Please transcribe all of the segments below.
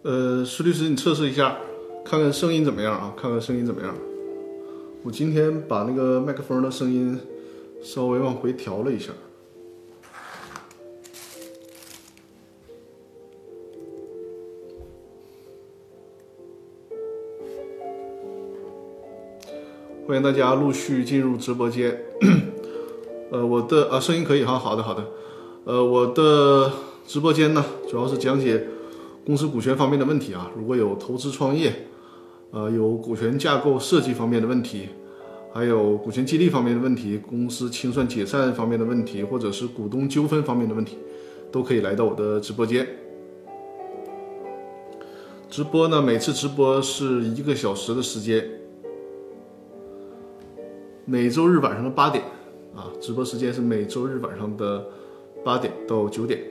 施律师，你测试一下，看看声音怎么样啊？看看声音怎么样？我今天把那个麦克风的声音稍微往回调了一下。欢迎大家陆续进入直播间。我的声音可以哈，好的好的。我的直播间呢，主要是讲解公司股权方面的问题啊。如果有投资创业，有股权架构设计方面的问题，还有股权激励方面的问题，公司清算解散方面的问题，或者是股东纠纷方面的问题，都可以来到我的直播间。直播呢，每次直播是1个小时的时间。每周日晚上的8点啊，直播时间是每周日晚上的8点到9点。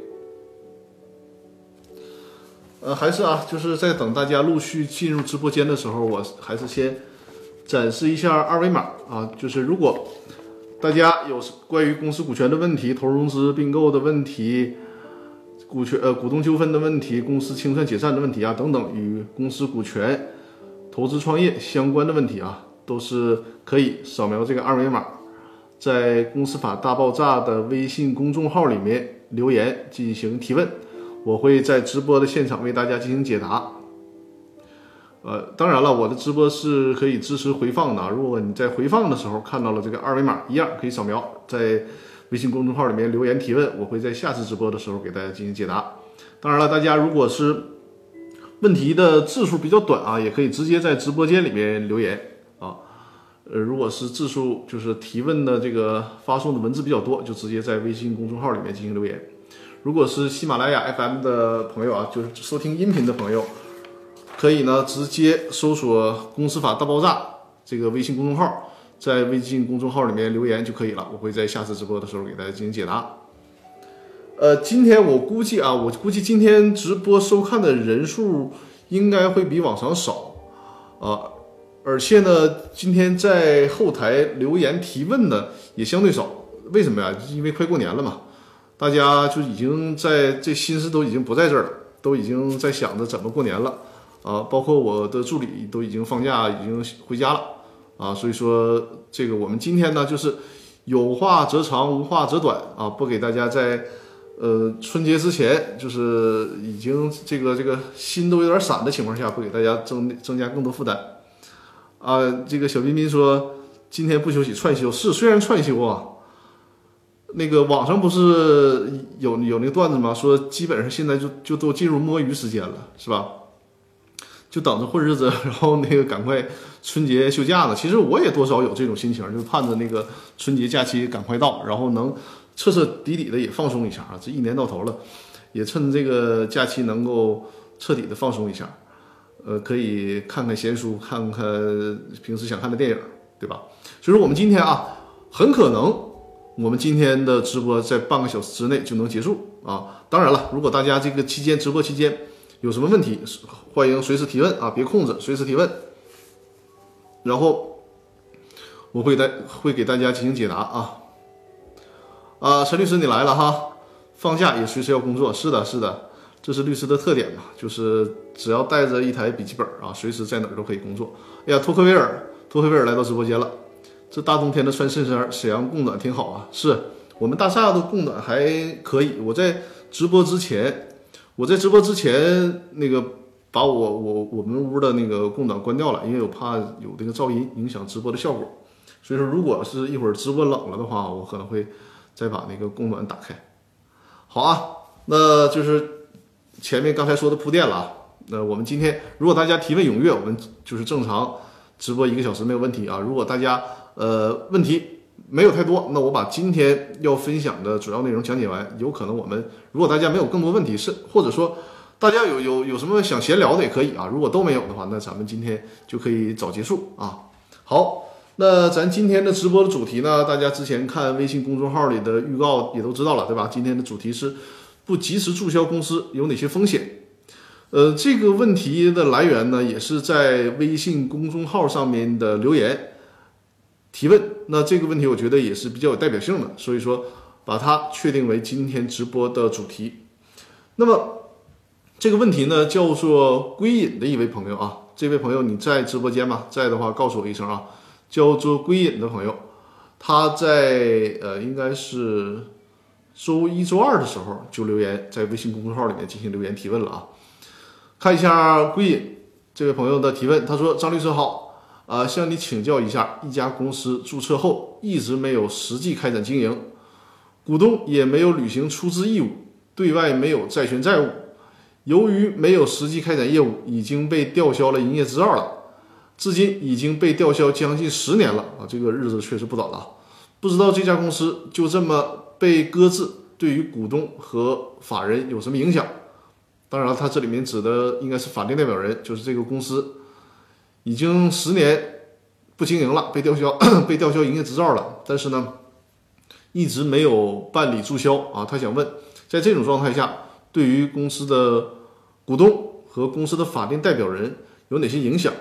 还是就是在等大家陆续进入直播间的时候，我还是先展示一下二维码啊。就是如果大家有关于公司股权的问题、投融资并购的问题、股东纠纷的问题、公司清算解散的问题啊等等，与公司股权、投资创业相关的问题啊，都是可以扫描这个二维码，在公司法大爆炸的微信公众号里面留言进行提问，我会在直播的现场为大家进行解答。当然了，我的直播是可以支持回放的，如果你在回放的时候看到了这个二维码，一样可以扫描，在微信公众号里面留言提问，我会在下次直播的时候给大家进行解答。当然了，大家如果是问题的字数比较短啊，也可以直接在直播间里面留言啊。如果是字数就是提问的这个发送的文字比较多，就直接在微信公众号里面进行留言。如果是喜马拉雅 FM 的朋友啊，就是收听音频的朋友，可以呢直接搜索公司法大爆炸这个微信公众号，在微信公众号里面留言就可以了，我会在下次直播的时候给大家进行解答。今天我估计今天直播收看的人数应该会比往常少而且呢，今天在后台留言提问的也相对少。为什么呀？因为快过年了嘛，大家就已经在这心思都已经不在这儿了，都已经在想着怎么过年了包括我的助理都已经放假，已经回家了所以说这个我们今天呢，就是有话则长，无话则短不给大家在春节之前就是已经这个心都有点散的情况下，不给大家增加更多负担。这个小彬彬说今天不休息串休，是虽然串休那个网上不是有那个段子吗？说基本上现在就都进入摸鱼时间了，是吧？就等着混日子，然后那个赶快春节休假呢。其实我也多少有这种心情，就盼着那个春节假期赶快到，然后能彻彻底底的也放松一下这一年到头了，也趁这个假期能够彻底的放松一下。可以看看闲书，看看平时想看的电影，对吧？所以说我们今天很可能我们今天的直播在半个小时之内就能结束当然了，如果大家这个直播期间有什么问题，欢迎随时提问别空着，随时提问，然后我会给大家进行解答陈律师你来了哈，放假也随时要工作，是的。这是律师的特点嘛，就是只要带着一台笔记本随时在哪儿都可以工作。哎呀，托克维尔来到直播间了。这大冬天的穿衬衫，沈阳供暖挺好是我们大厦的供暖还可以。我在直播之前那个把我们屋的那个供暖关掉了，因为我怕有这个噪音影响直播的效果。所以说，如果是一会儿直播冷了的话，我可能会再把那个供暖打开。好那就是前面刚才说的铺垫了那我们今天如果大家提问踊跃，我们就是正常直播1个小时没有问题如果大家问题没有太多，那我把今天要分享的主要内容讲解完。有可能我们如果大家没有更多问题，或者说大家有什么想闲聊的也可以如果都没有的话，那咱们今天就可以早结束好，那咱今天的直播的主题呢，大家之前看微信公众号里的预告也都知道了，对吧？今天的主题是不及时注销公司有哪些风险？这个问题的来源呢，也是在微信公众号上面的留言提问。那这个问题我觉得也是比较有代表性的，所以说把它确定为今天直播的主题。那么这个问题呢叫做归隐的一位朋友啊，这位朋友你在直播间吗？在的话告诉我一声啊。叫做归隐的朋友，他在应该是周一周二的时候就留言，在微信公众号里面进行留言提问了啊。看一下归隐这位朋友的提问，他说：张律师好，向你请教一下，一家公司注册后一直没有实际开展经营，股东也没有履行出资义务，对外没有债权债务，由于没有实际开展业务，已经被吊销了营业执照了，至今已经被吊销将近10年了啊，这个日子确实不短了。不知道这家公司就这么被搁置，对于股东和法人有什么影响？当然，他这里面指的应该是法定代表人，就是这个公司已经10年不经营了，被吊销营业执照了，但是呢，一直没有办理注销啊。他想问，在这种状态下，对于公司的股东和公司的法定代表人有哪些影响？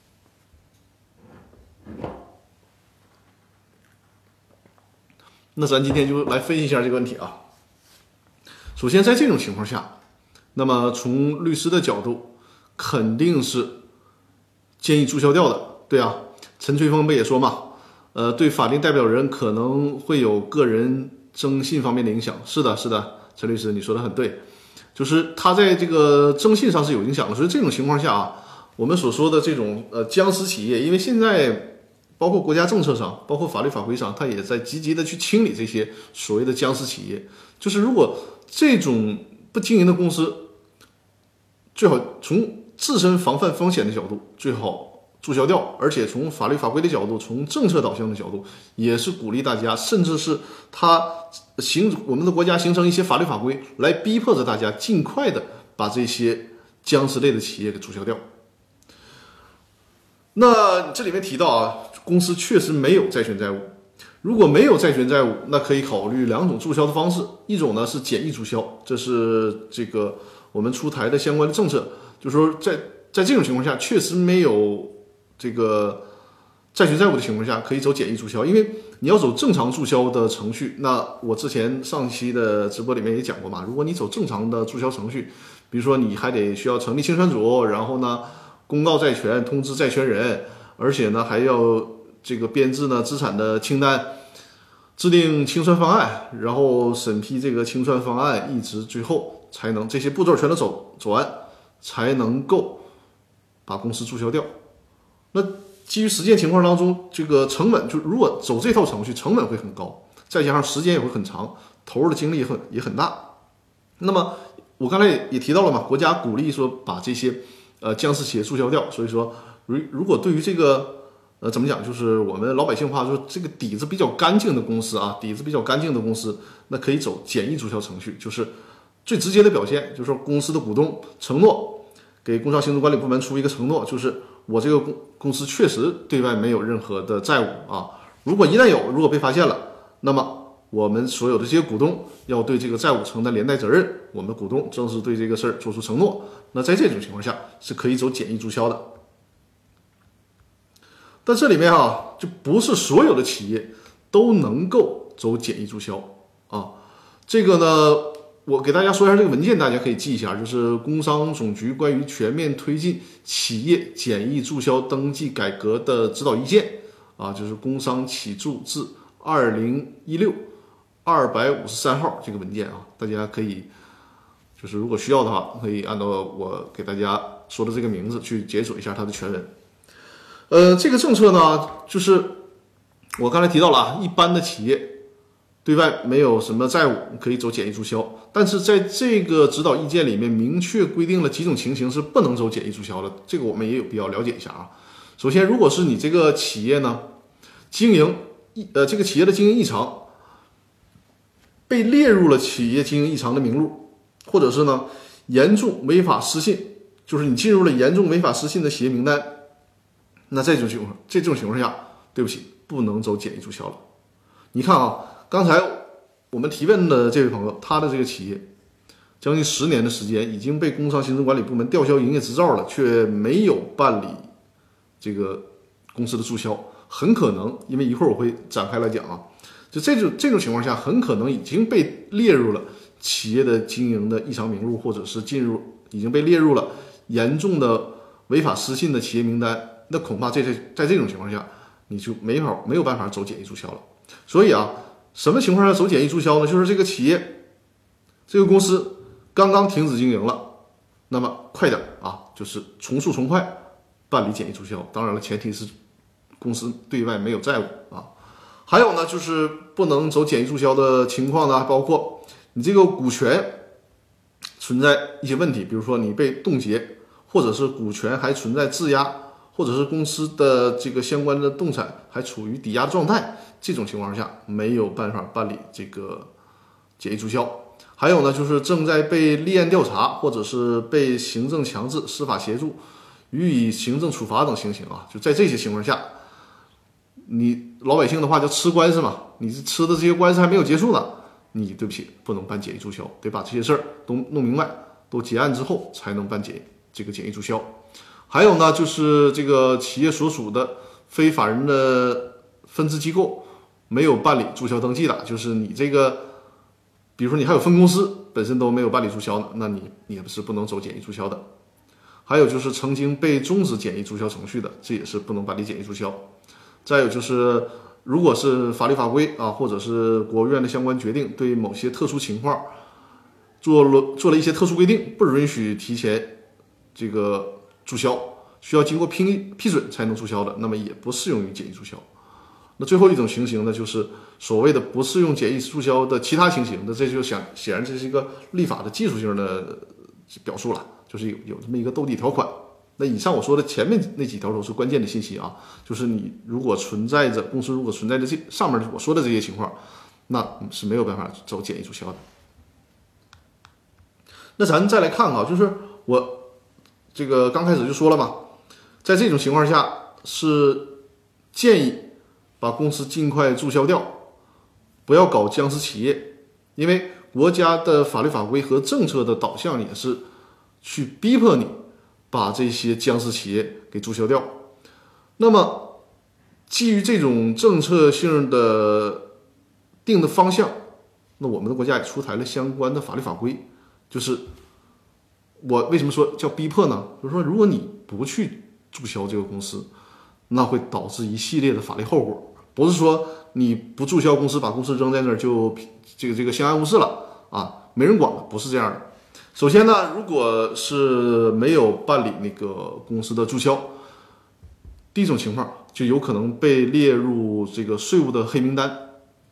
那咱今天就来分析一下这个问题啊。首先，在这种情况下，那么从律师的角度，肯定是建议注销掉的，对啊。陈翠峰不也说嘛，对法定代表人可能会有个人征信方面的影响。是的，陈律师你说的很对，就是他在这个征信上是有影响的。所以这种情况下啊，我们所说的这种僵尸企业，因为现在包括国家政策上，包括法律法规上，它也在积极的去清理这些所谓的僵尸企业。就是如果这种不经营的公司，最好从自身防范风险的角度，最好注销掉。而且从法律法规的角度，从政策导向的角度，也是鼓励大家，甚至是我们的国家形成一些法律法规，来逼迫着大家尽快的把这些僵尸类的企业给注销掉。那这里面提到啊，公司确实没有债权债务。如果没有债权债务，那可以考虑2种注销的方式。一种呢是简易注销，这是这个我们出台的相关的政策，就是说在这种情况下，确实没有这个债权债务的情况下，可以走简易注销。因为你要走正常注销的程序，那我之前上期的直播里面也讲过嘛，如果你走正常的注销程序，比如说你还需要成立清算组，然后呢公告债权，通知债权人，而且呢还要这个编制呢资产的清单，制定清算方案，然后审批这个清算方案，一直最后才能这些步骤全都走完，才能够把公司注销掉。那基于实践情况当中，这个成本就如果走这套程序，成本会很高，再加上时间也会很长，投入的精力也很大。那么我刚才也提到了嘛，国家鼓励说把这些僵尸企业注销掉，所以说如果对于这个怎么讲，就是我们老百姓话说，这个底子比较干净的公司啊，那可以走简易注销程序，就是最直接的表现，就是说公司的股东承诺给工商行政管理部门出一个承诺，就是我这个公司确实对外没有任何的债务啊，如果一旦有，如果被发现了，那么我们所有的这些股东要对这个债务承担连带责任，我们股东正式对这个事儿做出承诺，那在这种情况下是可以走简易注销的。但这里面就不是所有的企业都能够走简易注销啊。这个呢，我给大家说一下这个文件，大家可以记一下，就是工商总局关于全面推进企业简易注销登记改革的指导意见啊，就是工商企注字2016-253号这个文件啊，大家可以就是如果需要的话，可以按照我给大家说的这个名字去解锁一下它的全文。这个政策呢，就是我刚才提到了啊，一般的企业对外没有什么债务，可以走简易注销。但是在这个指导意见里面明确规定了几种情形是不能走简易注销的，这个我们也有必要了解一下啊。首先，如果是你这个企业呢，这个企业的经营异常被列入了企业经营异常的名录，或者是呢严重违法失信，就是你进入了严重违法失信的企业名单。那这种情况下，对不起，不能走简易注销了。你看啊，刚才我们提问的这位朋友，他的这个企业将近10年的时间已经被工商行政管理部门吊销营业执照了，却没有办理这个公司的注销，很可能，因为一会儿我会展开来讲啊，就这种情况下，很可能已经被列入了企业的经营的异常名录，或者是进入已经被列入了严重的违法失信的企业名单，那恐怕在这种情况下，你就没有办法走简易注销了。所以啊，什么情况下走简易注销呢？就是这个企业这个公司刚刚停止经营了，那么快点啊，就是从速从快办理简易注销。当然了，前提是公司对外没有债务啊。还有呢，就是不能走简易注销的情况呢，包括你这个股权存在一些问题，比如说你被冻结，或者是股权还存在质押，或者是公司的这个相关的动产还处于抵押状态，这种情况下没有办法办理这个简易注销。还有呢，就是正在被立案调查，或者是被行政强制、司法协助、予以行政处罚等情形啊，就在这些情况下，你老百姓的话叫吃官司嘛，你吃的这些官司还没有结束呢，你对不起，不能办简易注销，得把这些事儿都弄明白，都结案之后才能办这个简易注销。还有呢，就是这个企业所属的非法人的分支机构没有办理注销登记的，就是你这个，比如说你还有分公司本身都没有办理注销呢，那你也是不能走简易注销的。还有就是曾经被终止简易注销程序的，这也是不能办理简易注销。再有就是，如果是法律法规啊，或者是国务院的相关决定对某些特殊情况做了一些特殊规定，不允许提前这个注销，需要经过批准才能注销的，那么也不适用于简易注销。那最后一种情形呢，就是所谓的不适用简易注销的其他情形，那这就显然这是一个立法的技术性的表述了，就是有这么一个兜底条款。那以上我说的前面那几条都是关键的信息啊，就是你如果公司如果存在着这上面我说的这些情况，那是没有办法走简易注销的。那咱再来看啊，就是我这个刚开始就说了嘛，在这种情况下是建议把公司尽快注销掉，不要搞僵尸企业，因为国家的法律法规和政策的导向也是去逼迫你把这些僵尸企业给注销掉。那么基于这种政策性的定的方向，那我们的国家也出台了相关的法律法规。就是我为什么说叫逼迫呢？就是说如果你不去注销这个公司，那会导致一系列的法律后果，不是说你不注销公司，把公司扔在那儿就这个相安无事了啊，没人管了，不是这样的。首先呢，如果是没有办理那个公司的注销，第一种情况就有可能被列入这个税务的黑名单。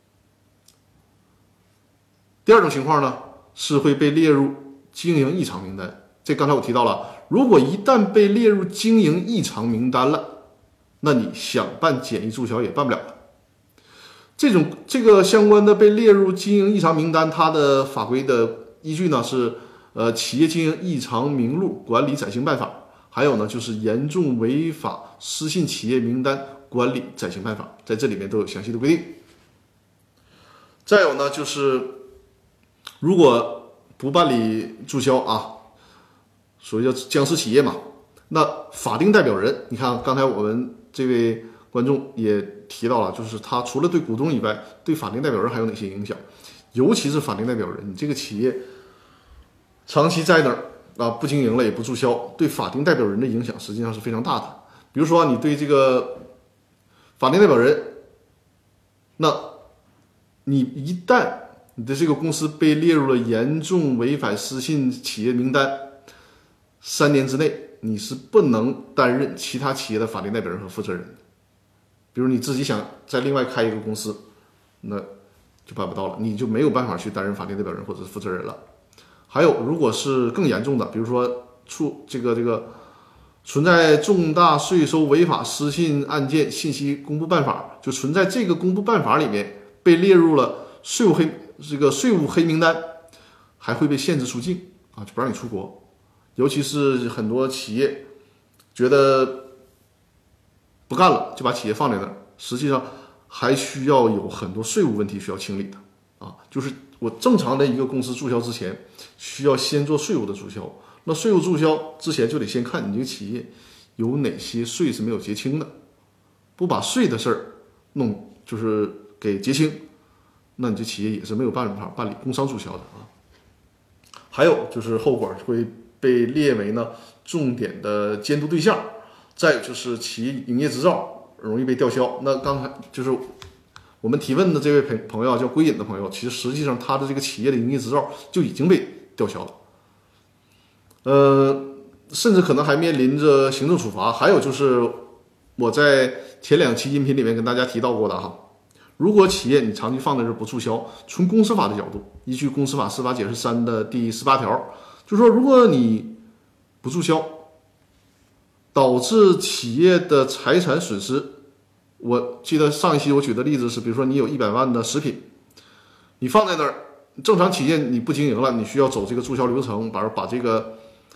第二种情况呢，是会被列入经营异常名单。这刚才我提到了，如果一旦被列入经营异常名单了，那你想办简易注销也办不了了。这个相关的被列入经营异常名单，它的法规的依据呢是企业经营异常名录管理暂行办法，还有呢就是严重违法失信企业名单管理暂行办法，在这里面都有详细的规定。再有呢就是如果不办理注销啊，所谓叫僵尸企业嘛，那法定代表人，你看刚才我们这位观众也提到了，就是他除了对股东以外，对法定代表人还有哪些影响？尤其是法定代表人，你这个企业长期在那儿啊，不经营了也不注销，对法定代表人的影响实际上是非常大的。比如说你对这个法定代表人，那你一旦你的这个公司被列入了严重违反失信企业名单，3年之内你是不能担任其他企业的法定代表人和负责人。比如你自己想再另外开一个公司，那就办不到了，你就没有办法去担任法定代表人或者是负责人了。还有，如果是更严重的，比如说这个存在重大税收违法失信案件信息公布办法，就存在这个公布办法里面被列入了税务黑名单，还会被限制出境啊，就不让你出国。尤其是很多企业觉得不干了，就把企业放在那儿，实际上还需要有很多税务问题需要清理的啊。就是我正常的一个公司注销之前，需要先做税务的注销。那税务注销之前就得先看你这个企业有哪些税是没有结清的，不把税的事儿就是给结清，那你这企业也是没有办法办理工商注销的啊。还有就是后果会被列为呢重点的监督对象。再有就是企业营业执照容易被吊销。那刚才就是我们提问的这位朋友叫归隐的朋友，其实实际上他的这个企业的营业执照就已经被吊销了，甚至可能还面临着行政处罚。还有就是我在前2期音频里面跟大家提到过的哈，如果企业你长期放在这不注销，从公司法的角度，依据公司法司法解释3的第18条，就是说如果你不注销，导致企业的财产损失，我记得上一期我举的例子是，比如说你有100万的食品，你放在那儿，正常企业你不经营了，你需要走这个注销流程，把这个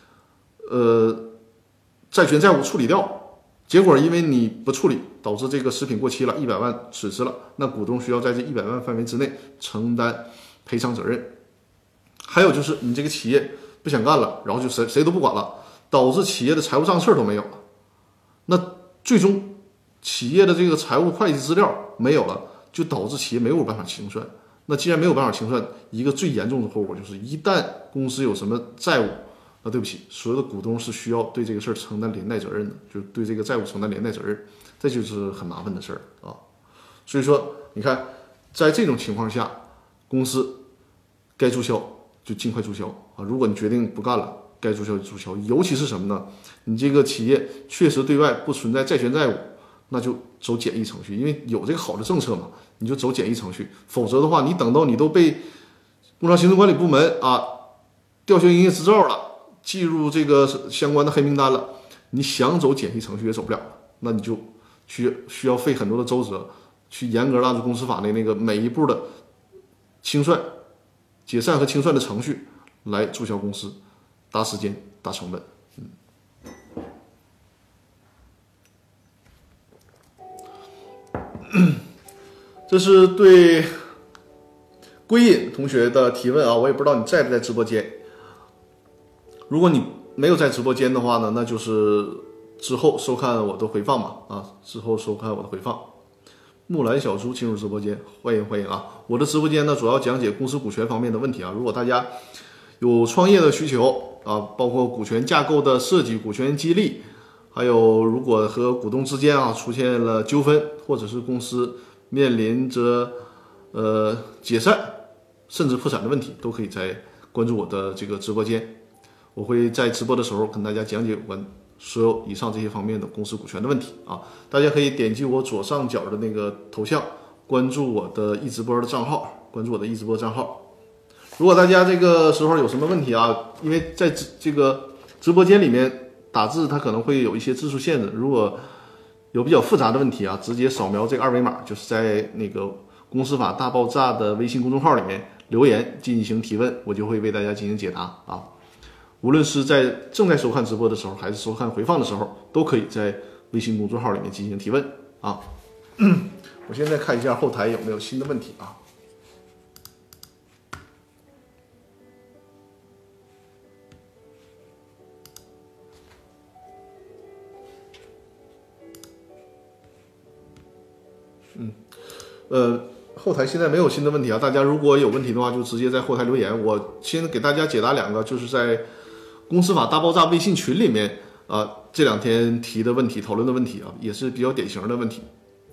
债权债务处理掉。结果因为你不处理，导致这个食品过期了，100万损失了，那股东需要在这100万范围之内承担赔偿责任。还有就是你这个企业不想干了，然后就谁都不管了，导致企业的财务账册都没有了，那最终企业的这个财务会计资料没有了，就导致企业没有办法清算。那既然没有办法清算，一个最严重的后果就是一旦公司有什么债务，那对不起，所有的股东是需要对这个事儿承担连带责任的，就是对这个债务承担连带责任，这就是很麻烦的事儿啊。所以说你看，在这种情况下，公司该注销就尽快注销啊！如果你决定不干了，该注销就注销。尤其是什么呢？你这个企业确实对外不存在债权债务，那就走简易程序，因为有这个好的政策嘛，你就走简易程序。否则的话，你等到你都被工商行政管理部门吊销营业执照了，记入这个相关的黑名单了，你想走简易程序也走不了，那你就需要费很多的周折，去严格按照公司法的那个每一步的清算、解散和清算的程序来注销公司，大时间、大成本。这是对归隐同学的提问啊，我也不知道你在不在直播间。如果你没有在直播间的话呢，那就是之后收看我的回放吧之后收看我的回放。木兰小猪进入直播间，欢迎啊！我的直播间呢，主要讲解公司股权方面的问题啊。如果大家有创业的需求包括股权架构的设计、股权激励，还有如果和股东之间出现了纠纷，或者是公司面临着解散甚至破产的问题，都可以在关注我的这个直播间。我会在直播的时候跟大家讲解有关所有以上这些方面的公司股权的问题啊。大家可以点击我左上角的那个头像，关注我的易直播的账号，关注我的易直播账号。如果大家这个时候有什么问题因为在这个直播间里面打字它可能会有一些字数限制，如果有比较复杂的问题直接扫描这个2维码，就是在那个公司法大爆炸的微信公众号里面留言进行提问，我就会为大家进行解答无论是正在收看直播的时候，还是收看回放的时候，都可以在微信公众号里面进行提问我现在看一下后台有没有新的问题后台现在没有新的问题大家如果有问题的话，就直接在后台留言。我先给大家解答2个，就是在公司法大爆炸微信群里面这2天提的问题、讨论的问题也是比较典型的问题。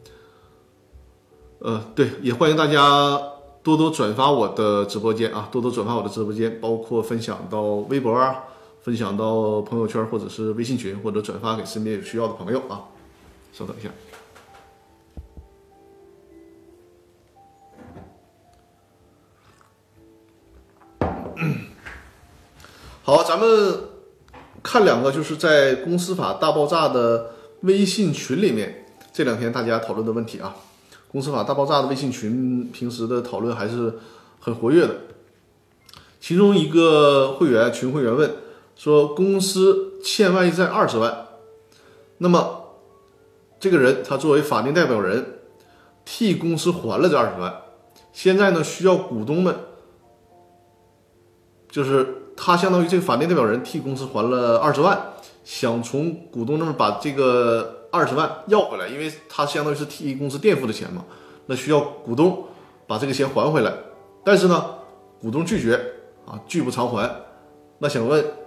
对，也欢迎大家多多转发我的直播间多多转发我的直播间，包括分享到微博分享到朋友圈或者是微信群，或者转发给身边有需要的朋友稍等一下。好，咱们看2个就是在公司法大爆炸的微信群里面这2天大家讨论的问题公司法大爆炸的微信群平时的讨论还是很活跃的。其中一个群会员问说，公司欠外债20万，那么这个人他作为法定代表人替公司还了这20万，现在呢需要股东们，就是他相当于这个法定代表人替公司还了20万，想从股东那边把这个20万要回来，因为他相当于是替公司垫付的钱嘛，那需要股东把这个钱还回来。但是呢，股东拒绝拒不偿还。那想问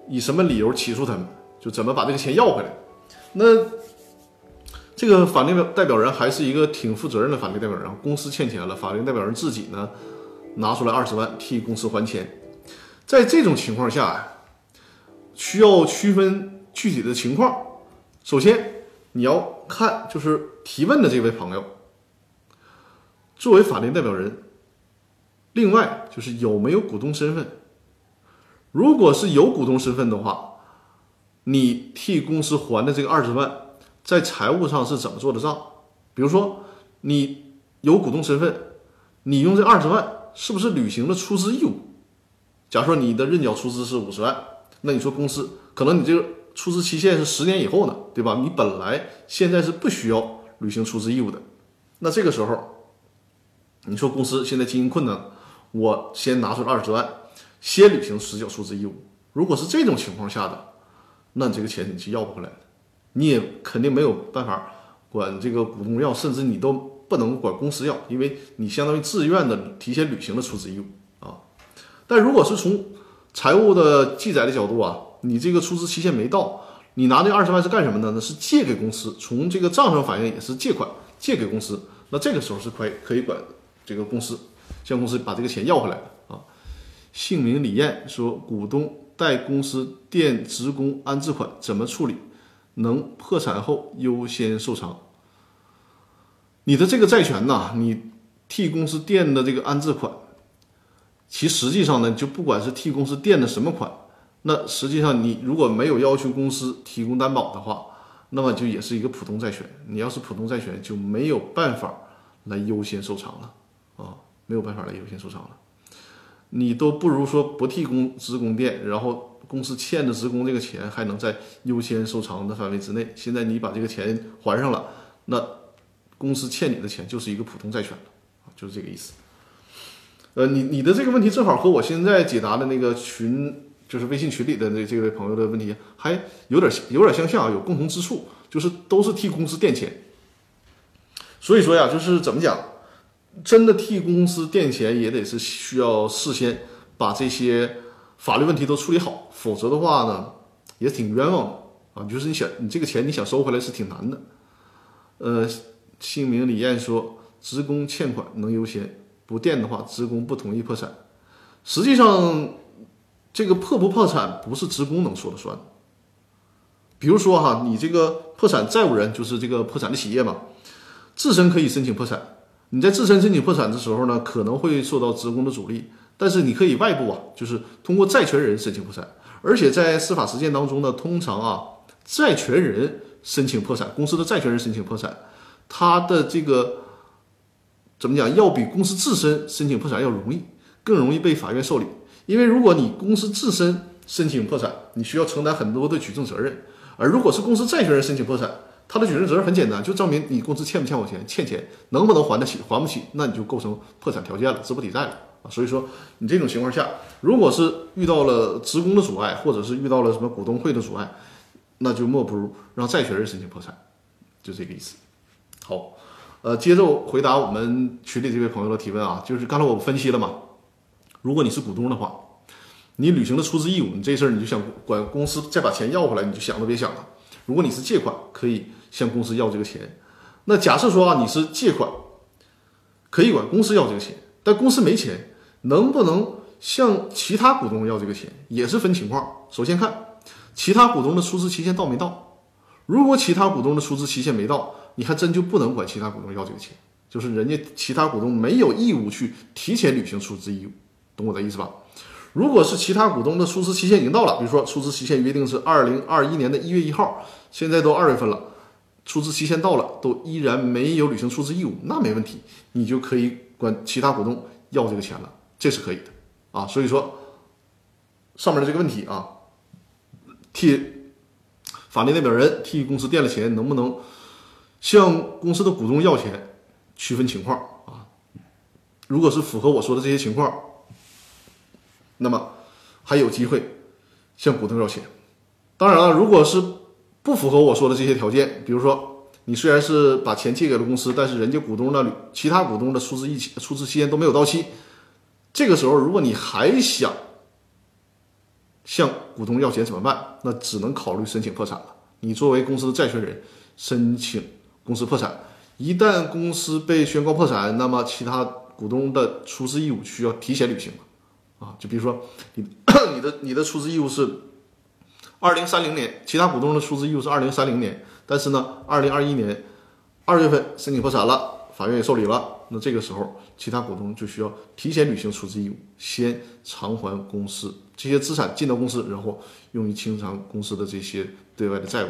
以什么理由起诉他们，就怎么把这个钱要回来。那这个法定代表人还是一个挺负责任的法定代表人，公司欠钱了，法定代表人自己呢拿出来20万替公司还钱。在这种情况下需要区分具体的情况。首先你要看就是提问的这位朋友作为法定代表人，另外就是有没有股东身份。如果是有股东身份的话，你替公司还的这个20万在财务上是怎么做的账？比如说你有股东身份，你用这20万是不是履行了出资义务？假如说你的认缴出资是50万，那你说公司可能你这个出资期限是10年以后呢，对吧？你本来现在是不需要履行出资义务的，那这个时候你说公司现在经营困难，我先拿出20万先履行实缴出资义务。如果是这种情况下的，那你这个钱你是要不回来的，你也肯定没有办法管这个股东要，甚至你都不能管公司要，因为你相当于自愿的提前履行了出资义务啊。但如果是从财务的记载的角度啊，你这个出资期限没到，你拿这20万是干什么的呢？是借给公司，从这个账上反映也是借款，借给公司。那这个时候是可以管这个公司，向公司把这个钱要回来的啊。姓名李艳说，股东代公司垫职工安置款怎么处理？能破产后优先受偿。你的这个债权呢，你替公司垫的这个安置款，其实际上呢，就不管是替公司垫的什么款，那实际上你如果没有要求公司提供担保的话，那么就也是一个普通债权。你要是普通债权，就没有办法来优先受偿了啊，没有办法来优先受偿了。你都不如说不替职工垫，然后公司欠的职工这个钱还能在优先受偿的范围之内。现在你把这个钱还上了，那公司欠你的钱就是一个普通债权了，就是这个意思。你的这个问题正好和我现在解答的那个群，就是微信群里的这位朋友的问题还有点相像啊，有共同之处，就是都是替公司垫钱。所以说呀，就是怎么讲，真的替公司垫钱也得是需要事先把这些法律问题都处理好，否则的话呢，也挺冤枉的啊。就是你这个钱你想收回来是挺难的。姓名李艳说，职工欠款能优先，不垫的话，职工不同意破产。实际上，这个破不破产不是职工能说了算的。比如说哈，你这个破产债务人就是这个破产的企业嘛，自身可以申请破产。你在自身申请破产的时候呢，可能会受到职工的阻力，但是你可以外部啊，就是通过债权人申请破产。而且在司法实践当中呢，通常啊，债权人申请破产，公司的债权人申请破产，他的这个怎么讲，要比公司自身申请破产要容易，更容易被法院受理。因为如果你公司自身申请破产，你需要承担很多的举证责任，而如果是公司债权人申请破产，他的举证责任很简单，就证明你公司欠不欠我钱，欠钱能不能还得起，还不起，那你就构成破产条件了，资不抵债了啊。所以说，你这种情况下，如果是遇到了职工的阻碍，或者是遇到了什么股东会的阻碍，那就莫不如让债权人申请破产，就这个意思。好，接着回答我们群里这位朋友的提问啊，就是刚才我分析了嘛，如果你是股东的话，你履行了出资义务，你这事儿你就想管公司再把钱要回来，你就想都别想了。如果你是借款，可以向公司要这个钱。那假设说啊，你是借款，可以管公司要这个钱，但公司没钱，能不能向其他股东要这个钱，也是分情况。首先看其他股东的出资期限到没到，如果其他股东的出资期限没到，你还真就不能管其他股东要这个钱，就是人家其他股东没有义务去提前履行出资义务，懂我的意思吧？如果是其他股东的出资期限已经到了，比如说出资期限约定是2021年1月1号，现在都2月份了，出资期限到了，都依然没有履行出资义务，那没问题，你就可以管其他股东要这个钱了，这是可以的啊。所以说上面的这个问题啊，替法定代表人替公司垫了钱，能不能向公司的股东要钱，区分情况啊。如果是符合我说的这些情况，那么还有机会向股东要钱。当然了，如果是不符合我说的这些条件，比如说你虽然是把钱借给了公司，但是人家股东的其他股东的出资期限都没有到期，这个时候如果你还想向股东要钱怎么办？那只能考虑申请破产了。你作为公司的债权人，申请公司破产，一旦公司被宣告破产，那么其他股东的出资义务需要提前履行啊。就比如说你的出资义务是2030年，其他股东的出资义务是2030年，但是呢，2021年2月份申请破产了，法院也受理了，那这个时候其他股东就需要提前履行出资义务，先偿还公司这些资产进到公司，然后用于清偿公司的这些对外的债务。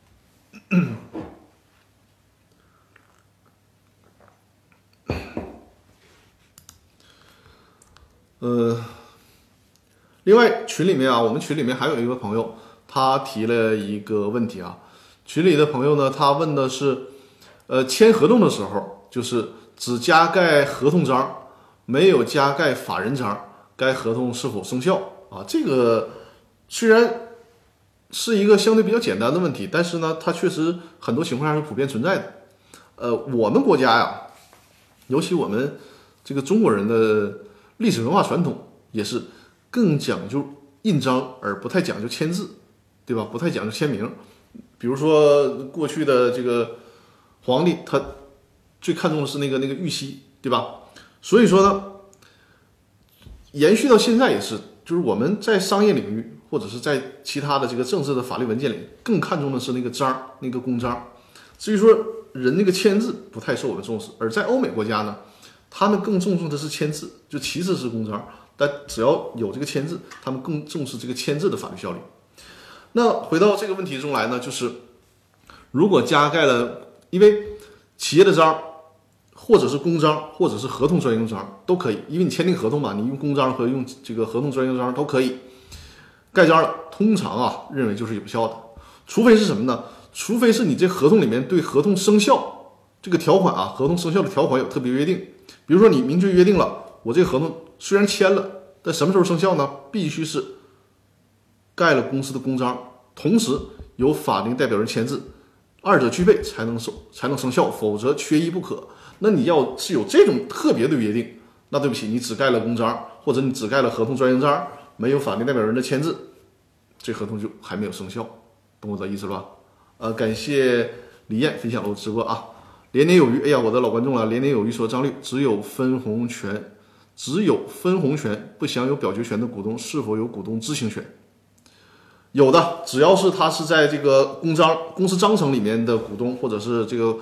另外群里面啊，我们群里面还有一个朋友，他提了一个问题啊。群里的朋友呢，他问的是，签合同的时候，就是只加盖合同章，没有加盖法人章，该合同是否生效啊？这个虽然是一个相对比较简单的问题，但是呢，它确实很多情况下是普遍存在的。我们国家呀，尤其我们这个中国人的历史文化传统也是更讲究印章，而不太讲究签字，对吧？不太讲究签名。比如说过去的这个皇帝，他最看重的是那个玉玺，对吧？所以说呢，延续到现在也是，就是我们在商业领域或者是在其他的这个政治的法律文件里，更看重的是那个章，那个公章。至于说人那个签字不太受我们重视，而在欧美国家呢，他们更重视的是签字，就其次是公章，但只要有这个签字，他们更重视这个签字的法律效力。那回到这个问题中来呢，就是如果加盖了，因为企业的章或者是公章或者是合同专用章都可以，因为你签订合同嘛，你用公章和用这个合同专用章都可以盖章了，通常啊认为就是有效的，除非是什么呢？除非是你这合同里面对合同生效这个条款啊，合同生效的条款有特别约定，比如说你明确约定了，我这个合同虽然签了，但什么时候生效呢？必须是盖了公司的公章，同时由法定代表人签字，二者具备才能生效，否则缺一不可。那你要是有这种特别的约定，那对不起，你只盖了公章，或者你只盖了合同专用章，没有法定代表人的签字，这合同就还没有生效，懂我的意思吧？感谢李艳分享了我直播啊。连年有余，哎呀，我的老观众了。连年有余说，张律，只有分红权，不享有表决权的股东是否有股东知情权？有的，只要是他是在这个公司章程里面的股东，或者是这个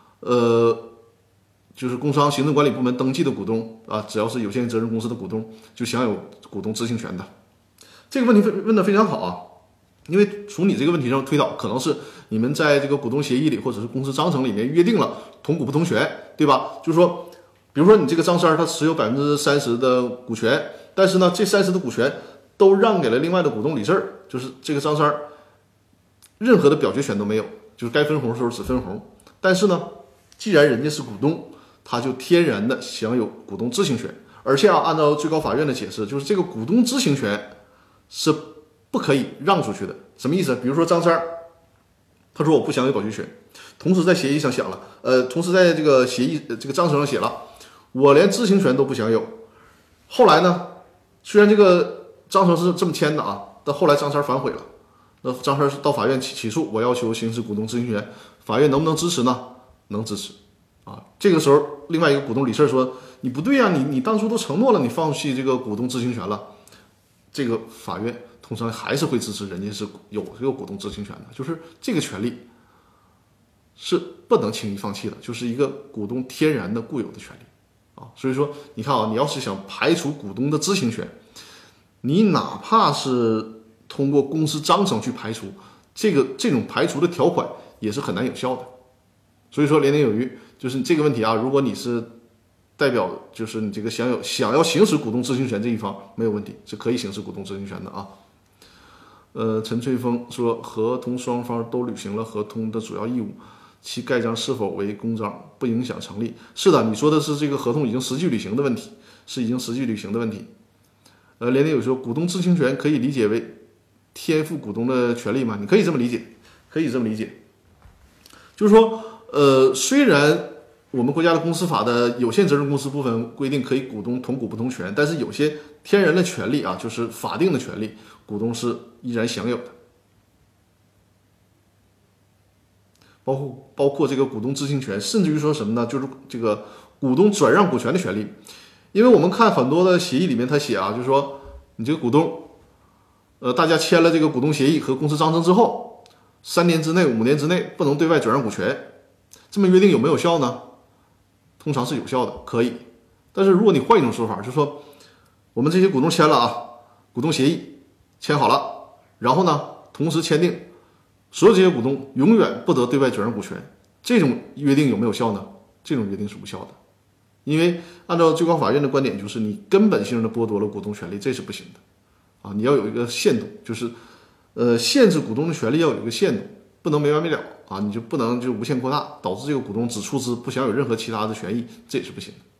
就是工商行政管理部门登记的股东啊，只要是有限责任公司的股东，就享有股东知情权的。这个问题问得非常好啊，因为从你这个问题上推导，可能是你们在这个股东协议里或者是公司章程里面约定了同股不同权，对吧？就是说，比如说你这个张三他持有30%的股权，但是呢，这30%的股权都让给了另外的股东李四，就是这个张三任何的表决权都没有，就是该分红的时候只分红。但是呢，既然人家是股东，他就天然的享有股东知情权，而且按照最高法院的解释，就是这个股东知情权是不可以让出去的。什么意思？比如说张三他说我不享有表决权，同时在协议上写了，同时在这个协议这个章程上写了，我连知情权都不享有。后来呢，虽然这个章程是这么签的啊，但后来张三反悔了。那张三到法院起诉，我要求行使股东知情权，法院能不能支持呢？能支持啊。这个时候，另外一个股东李四说：“你不对呀、你当初都承诺了，你放弃这个股东知情权了。”这个法院通常还是会支持人家是有这个股东知情权的，就是这个权利是不能轻易放弃的，就是一个股东天然的固有的权利啊。所以说，你看啊，你要是想排除股东的知情权，你哪怕是通过公司章程去排除，这种排除的条款也是很难有效的。所以说，连年有余，就是这个问题啊，如果你是代表，就是你这个想要行使股东知情权这一方，没有问题，是可以行使股东知情权的啊。陈翠峰说，合同双方都履行了合同的主要义务，其盖章是否为公章不影响成立。是的，你说的是这个合同已经实际履行的问题，是已经实际履行的问题。连年有说，股东知情权可以理解为天赋股东的权利吗？你可以这么理解，可以这么理解，就是说，虽然我们国家的公司法的有限责任公司部分规定可以股东同股不同权，但是有些天然的权利啊，就是法定的权利，股东是依然享有的，包括这个股东知情权，甚至于说什么呢？就是这个股东转让股权的权利。因为我们看很多的协议里面，他写啊，就是说你这个股东，大家签了这个股东协议和公司章程之后，3年之内、5年之内不能对外转让股权，这么约定有没有效呢？通常是有效的，可以。但是如果你换一种说法，就是说我们这些股东签了啊，股东协议签好了，然后呢，同时签订所有这些股东永远不得对外转让股权，这种约定有没有效呢？这种约定是无效的，因为按照最高法院的观点，就是你根本性的剥夺了股东权利，这是不行的啊！你要有一个限度，就是限制股东的权利要有一个限度，不能没完没了啊！你就不能就无限扩大，导致这个股东只出资不享有任何其他的权益，这也是不行的。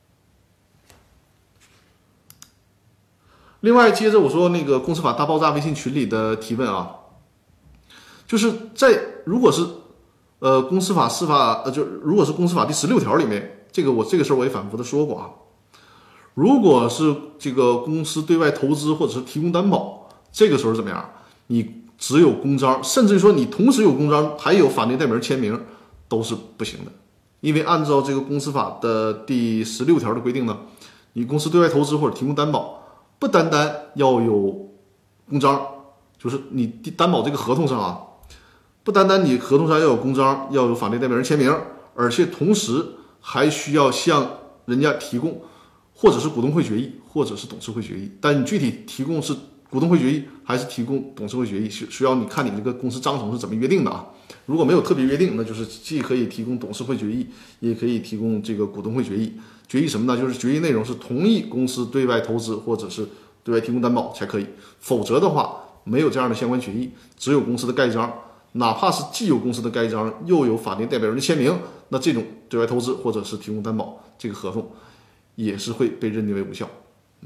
另外，接着我说那个公司法大爆炸微信群里的提问啊，就是如果是公司法司法如果是公司法第16条里面，这个事儿我也反复的说过啊。如果是这个公司对外投资或者是提供担保，这个时候怎么样？你只有公章，甚至于说你同时有公章，还有法定代表人签名，都是不行的。因为按照这个公司法的第16条的规定呢，你公司对外投资或者提供担保，不单单要有公章，就是你担保这个合同上啊，不单单你合同上要有公章，要有法定代表人签名，而且同时还需要向人家提供，或者是股东会决议，或者是董事会决议。但你具体提供是股东会决议还是提供董事会决议，需要你看你这个公司章程是怎么约定的啊。如果没有特别约定，那就是既可以提供董事会决议，也可以提供这个股东会决议。决议什么呢？就是决议内容是同意公司对外投资或者是对外提供担保才可以，否则的话没有这样的相关决议，只有公司的盖章，哪怕是既有公司的盖章又有法定代表人的签名，那这种对外投资或者是提供担保这个合同也是会被认定为无效。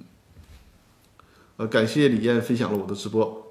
感谢李艳分享了我的直播。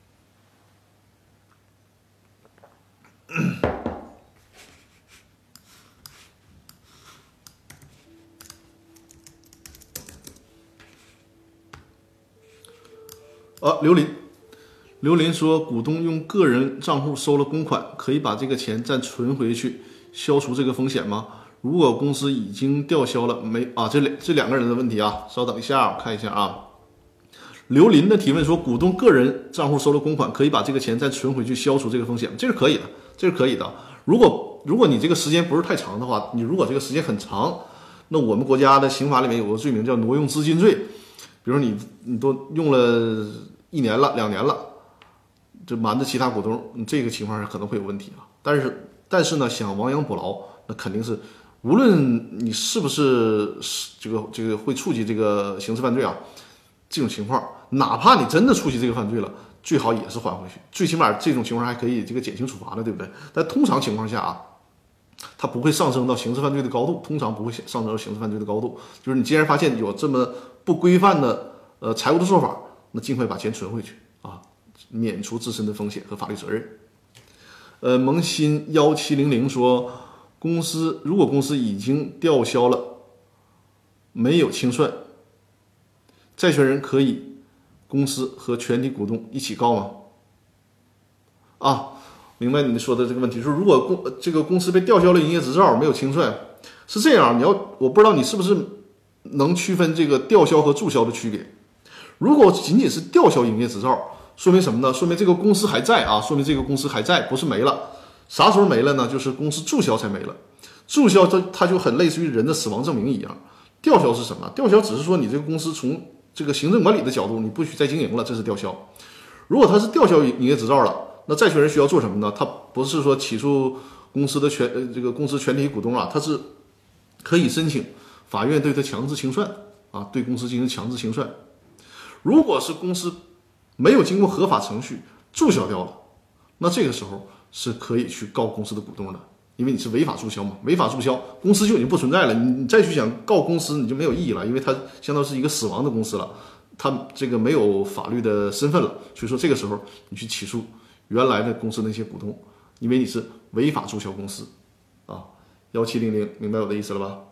刘林说，股东用个人账户收了公款，可以把这个钱再存回去，消除这个风险吗？如果公司已经吊销了，这两个人的问题啊，稍等一下，我看一下啊。刘林的提问说，股东个人账户收了公款，可以把这个钱再存回去，消除这个风险吗？这是可以的，这是可以的。如果你这个时间不是太长的话，你如果这个时间很长，那我们国家的刑法里面有个罪名叫挪用资金罪，比如你都用了1年了、2年了，就瞒着其他股东，这个情况是可能会有问题啊。但是呢，想亡羊补牢，那肯定是无论你是不是这个会触及这个刑事犯罪啊，这种情况，哪怕你真的触及这个犯罪了，最好也是还回去，最起码这种情况还可以这个减轻处罚的，对不对？但通常情况下啊，它不会上升到刑事犯罪的高度，通常不会上升到刑事犯罪的高度。就是你既然发现有这么不规范的财务的做法，那尽快把钱存回去啊，免除自身的风险和法律责任。萌新1700说，如果公司已经吊销了，没有清算，债权人可以公司和全体股东一起告吗？啊，明白你说的这个问题，说如果这个公司被吊销了营业执照，没有清算，是这样，我不知道你是不是能区分这个吊销和注销的区别。如果仅仅是吊销营业执照，说明什么呢？说明这个公司还在啊，说明这个公司还在，不是没了。啥时候没了呢？就是公司注销才没了。注销它就很类似于人的死亡证明一样。吊销是什么？吊销只是说你这个公司从这个行政管理的角度，你不许再经营了，这是吊销。如果它是吊销营业执照了，那债权人需要做什么呢？他不是说起诉公司的这个公司全体股东啊，他是可以申请法院对他强制清算啊，对公司进行强制清算。如果是公司没有经过合法程序注销掉了，那这个时候是可以去告公司的股东的，因为你是违法注销嘛，违法注销，公司就已经不存在了，你再去想告公司你就没有意义了，因为它相当于是一个死亡的公司了，它这个没有法律的身份了，所以说这个时候你去起诉原来的公司那些股东，因为你是违法注销公司啊， 1700，明白我的意思了吧？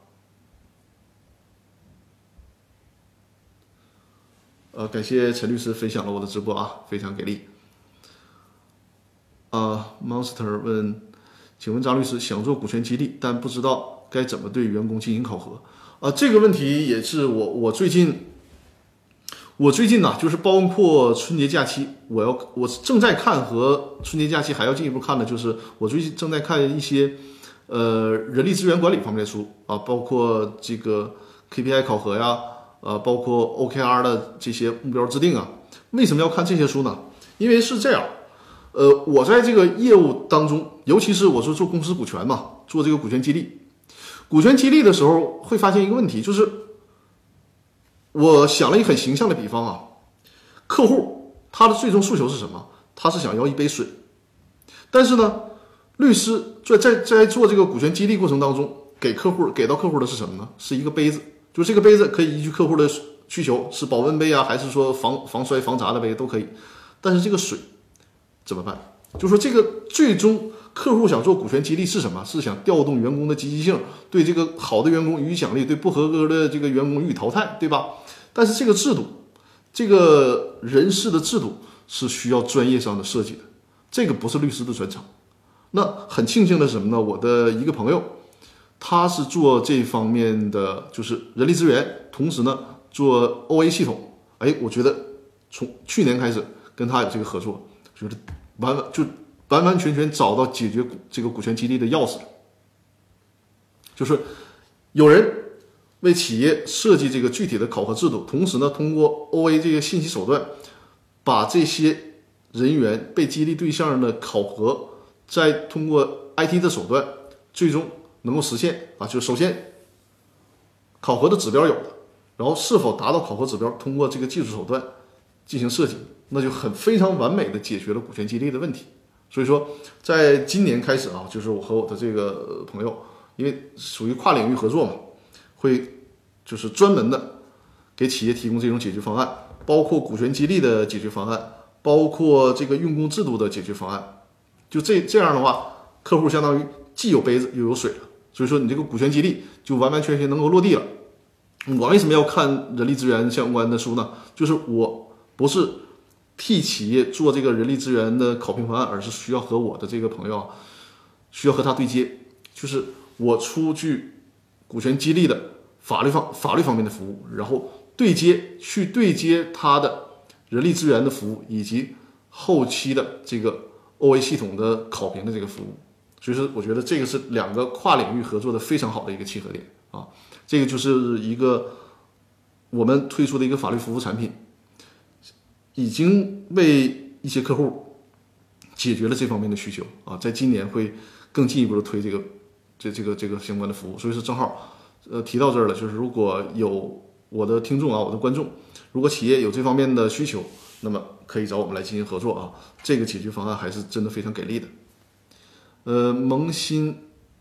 感谢陈律师分享了我的直播啊，非常给力。Monster 问，请问张律师，想做股权激励，但不知道该怎么对员工进行考核这个问题也是我最近呢，就是包括春节假期，我正在看和春节假期还要进一步看的，就是我最近正在看一些人力资源管理方面的书啊，包括这个 KPI 考核呀，包括 OKR 的这些目标制定啊。为什么要看这些书呢？因为是这样，我在这个业务当中，尤其是我说做公司股权嘛，做这个股权激励，的时候会发现一个问题，就是我想了一个很形象的比方啊，客户他的最终诉求是什么？他是想要一杯水，但是呢，律师在做这个股权激励过程当中，给到客户的是什么呢？是一个杯子，就这个杯子可以依据客户的需求，是保温杯啊，还是说防摔防砸的杯都可以。但是这个水怎么办？就说这个最终客户想做股权激励是什么？是想调动员工的积极性，对这个好的员工予以奖励，对不合格的这个员工予以淘汰，对吧？但是这个制度，这个人事的制度是需要专业上的设计的，这个不是律师的专长。那很庆幸的是什么呢？我的一个朋友，他是做这方面的，就是人力资源，同时呢做 OA 系统。我觉得从去年开始跟他有这个合作，觉得完完全全找到解决这个股权激励的钥匙了。就是有人为企业设计这个具体的考核制度，同时呢，通过 OA 这个信息手段，把这些人员被激励对象的考核，再通过 IT 的手段，最终能够实现啊。就首先考核的指标有了，然后是否达到考核指标，通过这个技术手段进行设计，那就非常完美的解决了股权激励的问题。所以说，在今年开始啊，就是我和我的这个朋友，因为属于跨领域合作嘛，会就是专门的给企业提供这种解决方案，包括股权激励的解决方案，包括这个用工制度的解决方案。就这样的话，客户相当于既有杯子又有水了，所以说你这个股权激励就完完全全能够落地了。我为什么要看人力资源相关的书呢？就是我不是替企业做这个人力资源的考评方案，而是需要和我的这个朋友需要和他对接，就是我出具股权激励的法律方面的服务，然后对接他的人力资源的服务，以及后期的这个 OA 系统的考评的这个服务。所以说我觉得这个是两个跨领域合作的非常好的一个契合点啊。这个就是一个我们推出的一个法律服务产品，已经为一些客户解决了这方面的需求啊，在今年会更进一步的推这个相关的服务。所以说正好提到这儿了，就是如果有我的听众啊，我的观众，如果企业有这方面的需求，那么可以找我们来进行合作啊，这个解决方案还是真的非常给力的。萌新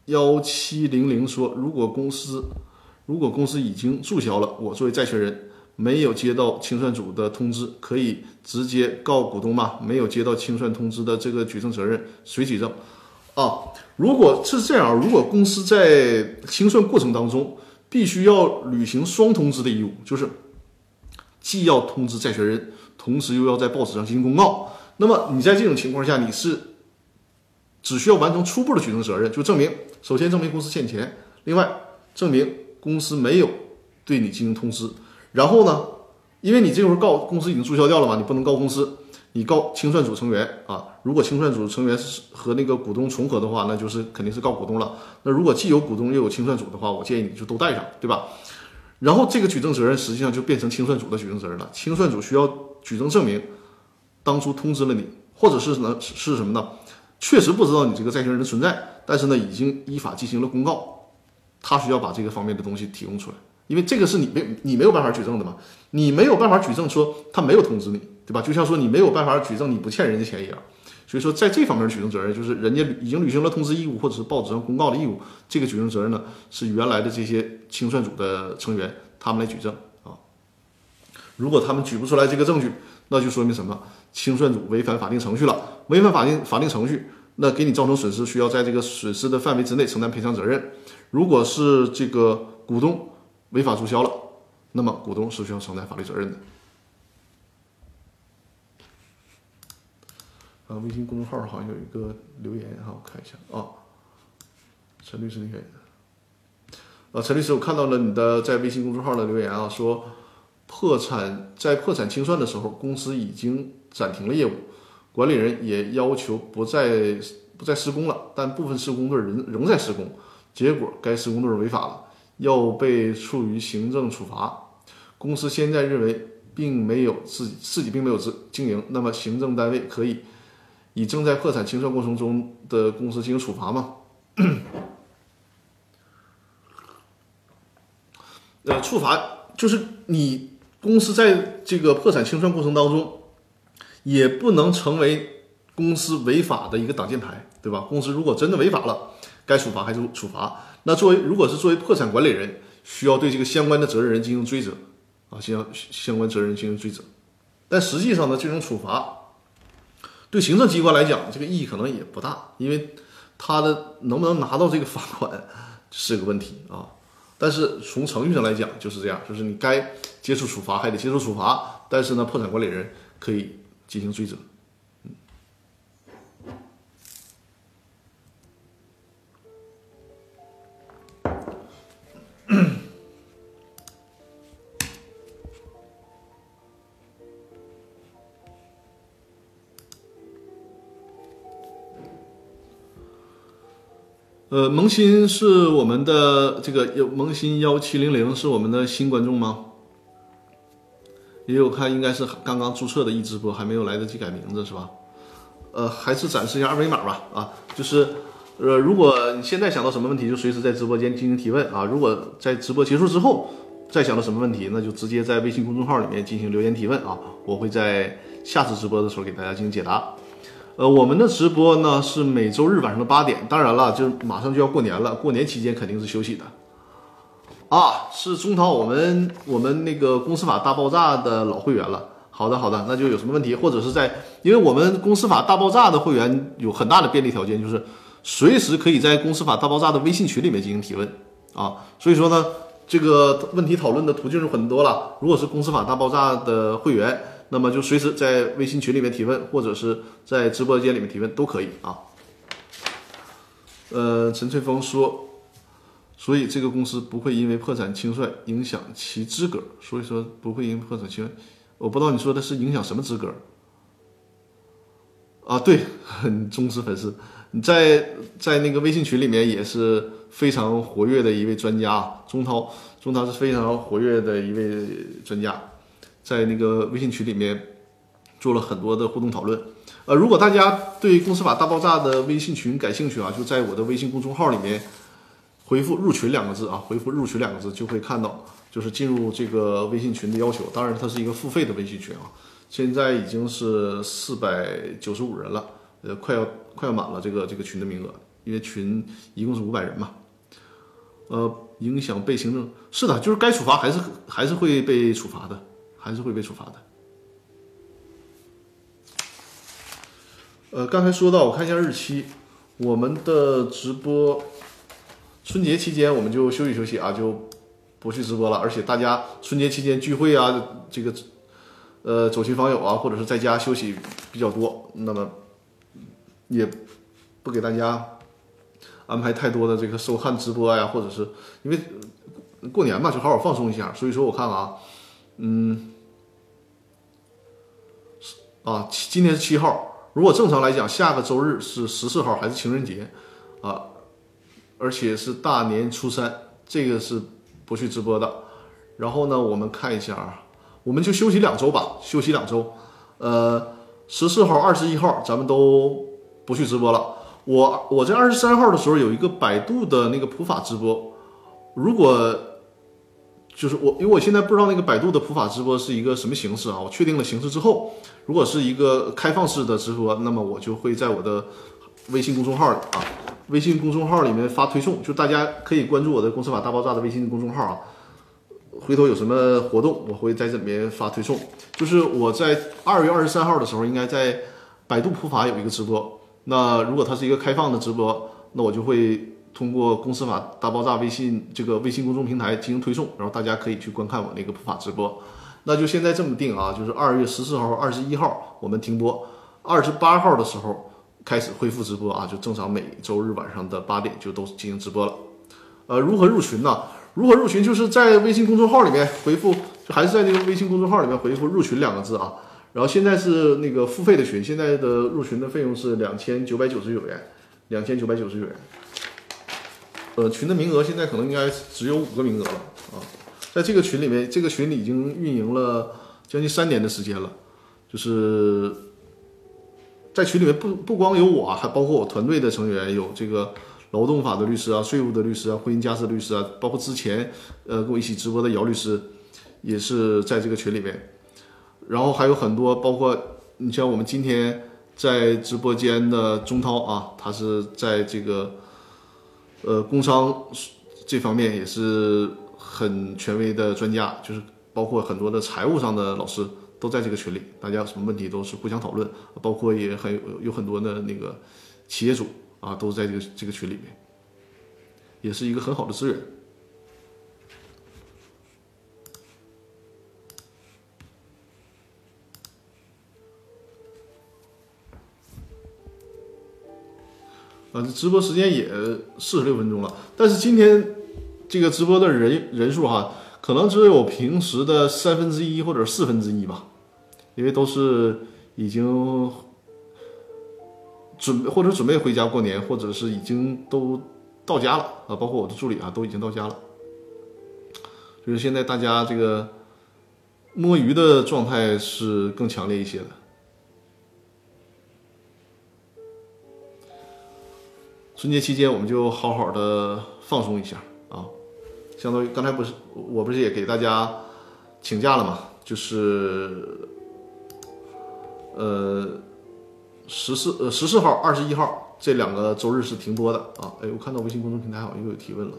1700说，如果公司已经注销了，我作为债权人没有接到清算组的通知，可以直接告股东吗？没有接到清算通知的这个举证责任谁举证啊？如果是这样，如果公司在清算过程当中必须要履行双通知的义务，就是既要通知债权人，同时又要在报纸上进行公告，那么你在这种情况下，你是只需要完成初步的举证责任，就首先证明公司欠钱，另外证明公司没有对你进行通知。然后呢，因为你这会儿告公司已经注销掉了嘛，你不能告公司，你告清算组成员啊。如果清算组成员和那个股东重合的话，那就是肯定是告股东了。那如果既有股东又有清算组的话，我建议你就都带上，对吧？然后这个举证责任实际上就变成清算组的举证责任了。清算组需要举证证明当初通知了你，或者是什么呢？确实不知道你这个债权人的存在，但是呢已经依法进行了公告，他需要把这个方面的东西提供出来。因为这个是你没有办法举证的嘛，你没有办法举证说他没有通知你，对吧？就像说你没有办法举证你不欠人家钱一样。所以说在这方面的举证责任，就是人家已经履行了通知义务或者是报纸上公告的义务，这个举证责任呢是原来的这些清算组的成员他们来举证啊。如果他们举不出来这个证据，那就说明什么？清算组违反法定程序了。违反法定程序， 那给你造成损失，需要在这个损失的范围之内承担赔偿责任。如果是这个股东违法注销了，那么股东是需要承担法律责任的。微信公众号好像有一个留言哈，我看一下啊，陈律师留言。陈律师，我看到了你的在微信公众号的留言啊，说在破产清算的时候，公司已经暂停了业务，管理人也要求不再施工了，但部分施工队仍在施工，结果该施工队违法了，要被处于行政处罚。公司现在认为并没有自己并没有经营，那么行政单位可以以正在破产清算过程中的公司进行处罚吗？处罚就是你公司在这个破产清算过程当中，也不能成为公司违法的一个挡箭牌，对吧？公司如果真的违法了，该处罚还是处罚。那如果是作为破产管理人，需要对这个相关的责任人进行追责啊，相关责任人进行追责。但实际上呢，这种处罚对行政机关来讲，这个意义可能也不大，因为他的能不能拿到这个罚款是个问题啊。但是从程序上来讲就是这样，就是你该接受处罚还得接受处罚，但是呢，破产管理人可以进行追责。萌新是我们的这个萌新1700是我们的新观众吗？也有看应该是刚刚注册的一直播，还没有来得及改名字是吧？还是展示一下二维码吧啊，就是如果你现在想到什么问题，就随时在直播间进行提问啊。如果在直播结束之后再想到什么问题，那就直接在微信公众号里面进行留言提问啊，我会在下次直播的时候给大家进行解答。我们的直播呢是每周日晚上的8点，当然了，就马上就要过年了，过年期间肯定是休息的。啊，是中涛，我们那个公司法大爆炸的老会员了。好的，那就有什么问题，或者是因为我们公司法大爆炸的会员有很大的便利条件，就是随时可以在公司法大爆炸的微信群里面进行提问啊。所以说呢，这个问题讨论的途径有很多了。如果是公司法大爆炸的会员，那么就随时在微信群里面提问，或者是在直播间里面提问都可以啊。陈翠峰说，所以这个公司不会因为破产清算影响其资格，所以说不会因为破产清算。我不知道你说的是影响什么资格啊？对，很忠实粉丝，你在那个微信群里面也是非常活跃的一位专家啊。中涛是非常活跃的一位专家，在那个微信群里面做了很多的互动讨论。如果大家对公司法大爆炸的微信群感兴趣啊，就在我的微信公众号里面回复入群2个字啊，回复入群2个字就会看到，就是进入这个微信群的要求。当然它是一个付费的微信群啊，现在已经是495人了，快要满了这个群的名额，因为群一共是500人嘛。影响被行政，是的，就是该处罚还是会被处罚的，还是会被处罚的。刚才说到，我看一下日期，我们的直播春节期间我们就休息休息啊，就不去直播了。而且大家春节期间聚会啊，这个走亲访友啊，或者是在家休息比较多，那么也不给大家安排太多的这个收看直播呀，或者是因为过年嘛，就好好放松一下。所以说我看啊，今天是7号。如果正常来讲，下个周日是14号，还是情人节啊？而且是大年初3，这个是不去直播的。然后呢，我们看一下啊，我们就休息2周吧，休息2周。14号、21号咱们都不去直播了。我在23号的时候有一个百度的那个普法直播，如果就是因为我现在不知道那个百度的普法直播是一个什么形式啊，我确定了形式之后，如果是一个开放式的直播，那么我就会在我的微信公众号里啊，微信公众号里面发推送，就大家可以关注我的公司法大爆炸的微信公众号啊，回头有什么活动我会在这里面发推送。就是我在2月23号的时候应该在百度普法有一个直播， 那如果它是一个开放的直播，那我就会通过公司法大爆炸微信公众平台进行推送，然后大家可以去观看我那个普法直播。那就现在这么定啊，就是2月14号、21号我们停播，28号的时候开始恢复直播啊，就正常每周日晚上的8点就都进行直播了。如何入群呢？如何入群就是在微信公众号里面回复，就还是在那个微信公众号里面回复入群2个字啊。然后现在是那个付费的群，现在的入群的费用是2999元，2999元。群的名额现在可能应该只有5个名额了啊。在这个群里面，这个群里已经运营了将近3年的时间了，就是在群里面不光有我，还包括我团队的成员，有这个劳动法的律师啊、税务的律师啊、婚姻家事律师啊，包括之前跟我一起直播的姚律师，也是在这个群里面。然后还有很多，包括你像我们今天在直播间的钟涛啊，他是在这个工商这方面也是很权威的专家，就是包括很多的财务上的老师都在这个群里，大家有什么问题都是互相讨论，包括也有很多的那个企业主啊，都在这个群里面，也是一个很好的资源。直播时间也46分钟了，但是今天这个直播的人数哈，可能只有平时的1/3或者1/4吧，因为都是已经准备回家过年，或者是已经都到家了啊，包括我的助理啊都已经到家了，就是现在大家这个摸鱼的状态是更强烈一些的。春节期间我们就好好的放松一下啊，相当于刚才我不是也给大家请假了嘛，就是14号、21号这2个周日是停播的啊。哎，我看到微信公众平台好像又有提问了。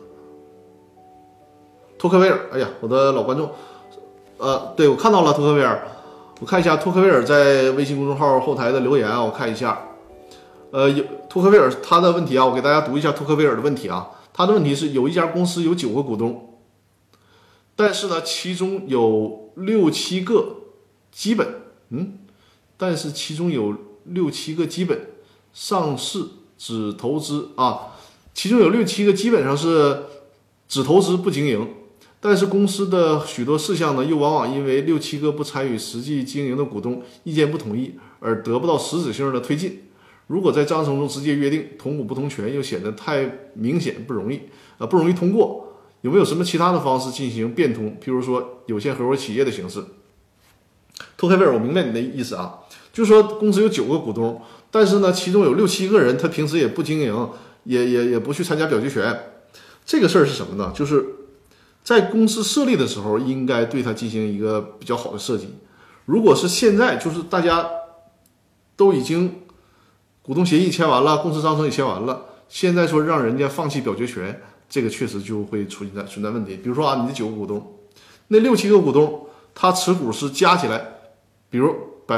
托克维尔，哎呀，我的老观众，对，我看到了托克维尔，我看一下托克维尔在微信公众号后台的留言啊，我看一下。托克维尔他的问题啊，我给大家读一下托克维尔的问题啊。他的问题是有一家公司有9个股东，但是呢，其中有6、7个基本，但是其中有6、7个基本上市只投资啊，其中有6、7个基本上是只投资不经营，但是公司的许多事项呢，又往往因为6、7个不参与实际经营的股东意见不统一而得不到实质性的推进。如果在章程中直接约定同股不同权，又显得太明显，不容易通过。有没有什么其他的方式进行变通？譬如说有限合伙企业的形式。托克维尔，我明白你的意思啊，就是说公司有9个股东，但是呢，其中有6、7个人他平时也不经营，也不去参加表决权。这个事儿是什么呢？就是在公司设立的时候，应该对它进行一个比较好的设计。如果是现在，就是大家都已经股东协议签完了，公司章程也签完了，现在说让人家放弃表决权，这个确实就会存在问题。比如说啊，你的9个股东，那6、7个股东，他持股是加起来，比如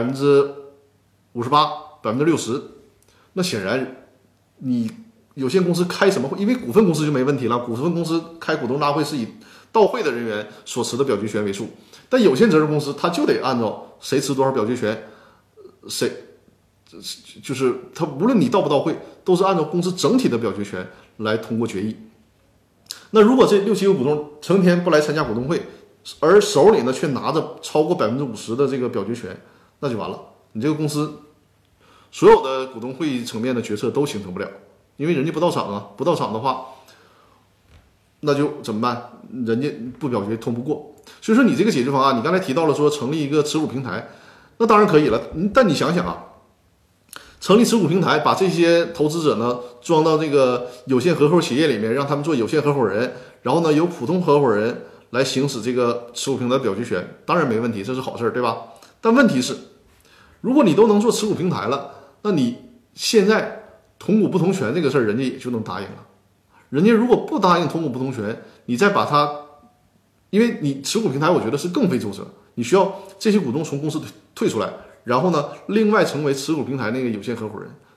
58%、60%，那显然你有限公司开什么会？因为股份公司就没问题了，股份公司开股东大会是以到会的人员所持的表决权为数，但有限责任公司他就得按照谁持多少表决权，就是他无论你到不到会，都是按照公司整体的表决权来通过决议。那如果这6、7个股东成天不来参加股东会，而手里呢却拿着超过50%的这个表决权，那就完了。你这个公司所有的股东会议层面的决策都形成不了，因为人家不到场啊，不到场的话，那就怎么办？人家不表决通不过。所以说你这个解决方案，你刚才提到了说成立一个持股平台，那当然可以了。但你想想啊，成立持股平台，把这些投资者呢装到这个有限合伙企业里面，让他们做有限合伙人，然后呢由普通合伙人来行使这个持股平台表决权，当然没问题，这是好事，对吧？但问题是，如果你都能做持股平台了，那你现在同股不同权这个事儿，人家也就能答应了。人家如果不答应同股不同权，你再把它，因为你持股平台，我觉得是更费周折，你需要这些股东从公司退出来，然后呢，另外成为持股平台那个有限合伙人，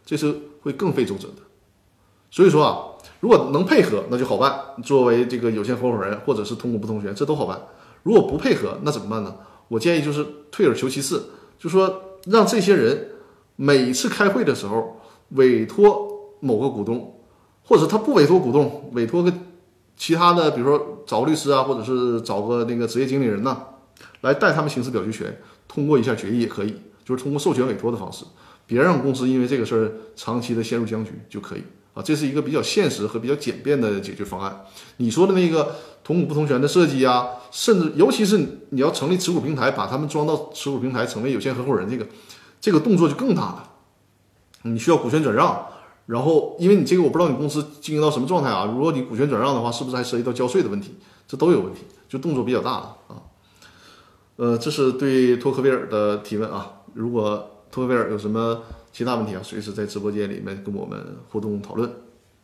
这是会更费周折的。所以说啊，如果能配合那就好办，作为这个有限合伙人或者是同股不同权，这都好办。如果不配合，那怎么办呢？我建议就是退而求其次，就说让这些人每次开会的时候委托某个股东，或者他不委托股东，委托个其他的，比如说找个律师啊，或者是找个那个职业经理人呐，来代他们行使表决权，通过一下决议也可以，就是通过授权委托的方式，别让公司因为这个事儿长期的陷入僵局就可以啊。这是一个比较现实和比较简便的解决方案。你说的那个同股不同权的设计啊，甚至尤其是你要成立持股平台，把他们装到持股平台成为有限合伙人，这个动作就更大了。你需要股权转让，然后因为你这个我不知道你公司经营到什么状态啊，如果你股权转让的话，是不是还涉及到交税的问题？这都有问题，就动作比较大了啊。这是对托克维尔的提问啊。如果托克维尔有什么其他问题啊，随时在直播间里面跟我们互动讨论。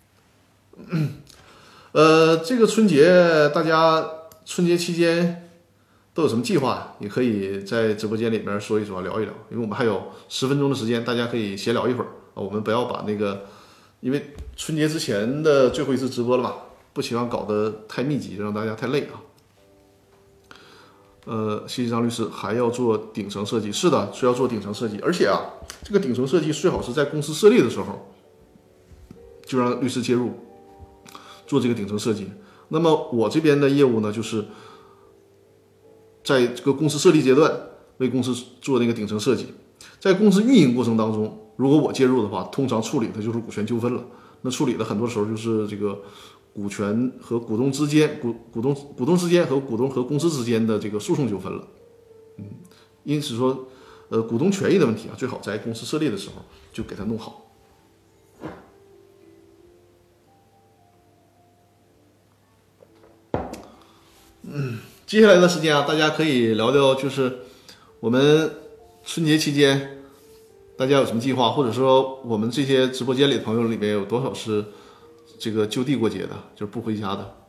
这个春节大家春节期间都有什么计划？也可以在直播间里面说一说，聊一聊。因为我们还有10分钟的时间，大家可以闲聊一会儿啊。我们不要把那个，因为春节之前的最后一次直播了嘛，不希望搞得太密集，让大家太累啊。谢谢张律师，还要做顶层设计？是的，需要做顶层设计，而且啊，这个顶层设计最好是在公司设立的时候就让律师介入做这个顶层设计。那么我这边的业务呢，就是在这个公司设立阶段为公司做那个顶层设计，在公司运营过程当中，如果我介入的话，通常处理的就是股权纠纷了。那处理的很多时候就是这个股权和股东之间、股东之间和股东和公司之间的这个诉讼纠纷了。因此说，股东权益的问题啊，最好在公司设立的时候就给它弄好。接下来的时间啊，大家可以聊聊，就是我们春节期间大家有什么计划，或者说我们这些直播间里的朋友里面有多少是这个就地过节的，就是不回家的。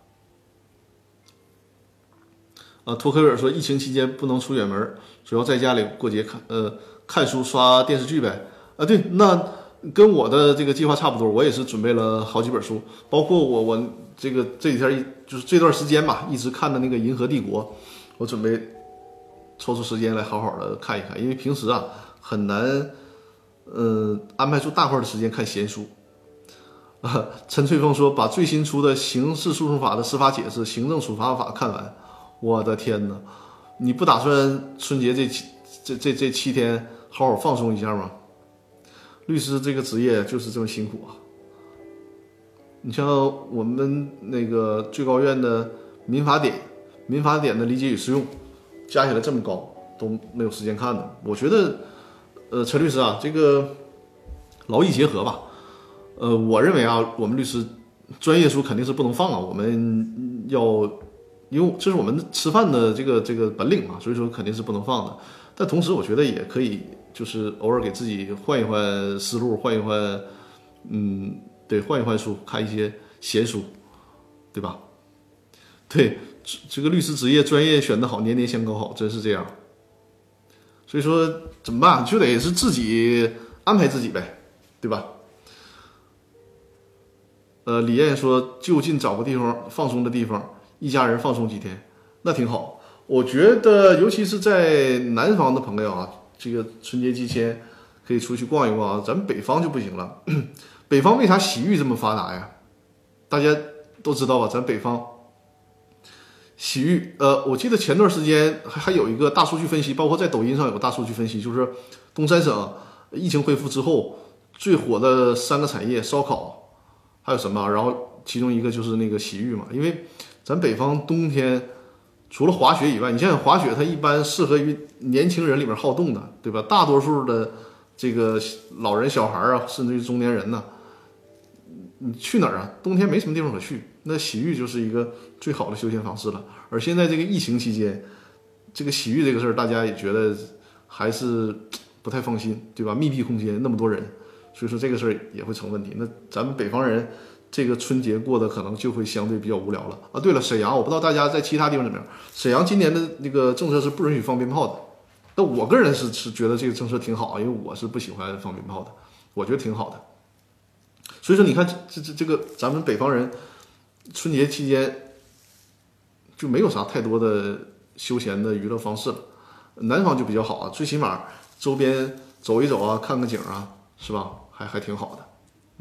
托克维尔说，疫情期间不能出远门，主要在家里过节看书刷电视剧呗。对，那跟我的这个计划差不多，我也是准备了好几本书，包括我这几天就是这段时间吧，一直看的那个《银河帝国》，我准备抽出时间来好好的看一看，因为平时啊很难安排出大块的时间看闲书。陈翠凤说，把最新出的刑事诉讼法的司法解释、行政处罚法看完。我的天哪，你不打算春节这7天好好放松一下吗？律师这个职业就是这么辛苦啊。你像我们那个最高院的民法典的理解与适用加起来这么高，都没有时间看的。我觉得陈律师啊，这个劳逸结合吧。我认为啊，我们律师专业书肯定是不能放啊，我们要，因为这是我们吃饭的这个本领嘛，所以说肯定是不能放的。但同时我觉得也可以，就是偶尔给自己换一换思路，换一换书，看一些闲书，对吧？对，这个律师职业专业选得好，年年相高好，真是这样。所以说怎么办？就得是自己安排自己呗，对吧？李艳说，就近找个地方放松的地方，一家人放松几天，那挺好。我觉得，尤其是在南方的朋友啊，这个春节期间可以出去逛一逛啊。咱们北方就不行了。北方为啥洗浴这么发达呀？大家都知道吧？咱北方洗浴，我记得前段时间还有一个大数据分析，包括在抖音上有个大数据分析，就是东三省疫情恢复之后最火的3个产业，烧烤。还有什么？然后其中一个就是那个洗浴嘛，因为咱北方冬天除了滑雪以外，你想想滑雪它一般适合于年轻人里面好动的，对吧？大多数的这个老人、小孩啊，甚至于中年人呢，你去哪儿啊？冬天没什么地方可去，那洗浴就是一个最好的休闲方式了。而现在这个疫情期间，这个洗浴这个事儿，大家也觉得还是不太放心，对吧？密闭空间那么多人。所以说这个事儿也会成问题，那咱们北方人这个春节过得可能就会相对比较无聊了啊。对了，沈阳我不知道大家在其他地方怎么样，沈阳今年的那个政策是不允许放鞭炮的，那我个人是觉得这个政策挺好，因为我是不喜欢放鞭炮的我觉得挺好的。所以说你看这个咱们北方人春节期间就没有啥太多的休闲的娱乐方式了，南方就比较好啊，最起码周边走一走啊，看个景啊，是吧？还挺好的。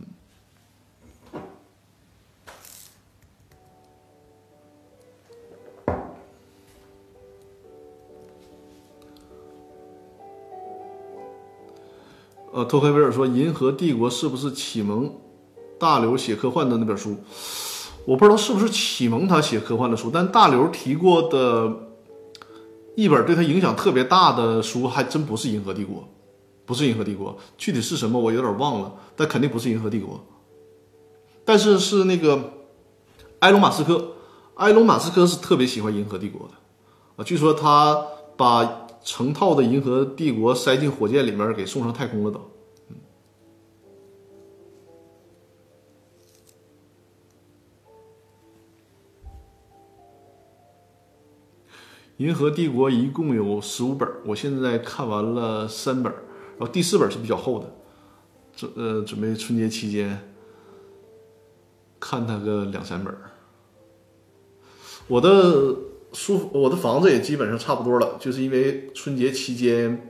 托克维尔说，《银河帝国》是不是启蒙大刘写科幻的那本书？我不知道是不是启蒙他写科幻的书，但大刘提过的一本对他影响特别大的书，还真不是《银河帝国》，不是《银河帝国》，具体是什么我有点忘了，但肯定不是《银河帝国》。但是是那个埃隆·马斯克，埃隆·马斯克是特别喜欢《银河帝国》的啊，据说他把成套的《银河帝国》塞进火箭里面给送上太空了都。银河帝国一共有15本，我现在看完了3本，然后第4本是比较厚的，准备春节期间看它个2、3本。我的房子也基本上差不多了，就是因为春节期间，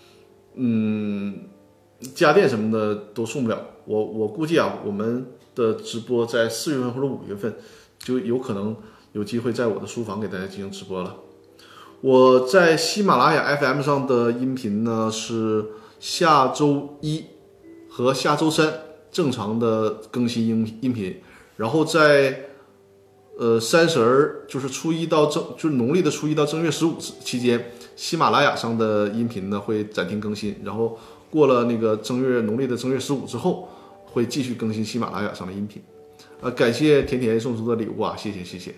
家电什么的都送不了。我估计啊，我们的直播在4月份或者5月份就有可能有机会在我的书房给大家进行直播了。我在喜马拉雅 FM 上的音频呢是下周1和下周3正常的更新音频，然后在30就是初一到就是农历的初一到正月15期间，喜马拉雅上的音频呢会暂停更新，然后过了那个农历的正月15之后，会继续更新喜马拉雅上的音频。感谢甜甜送出的礼物啊，谢谢谢谢。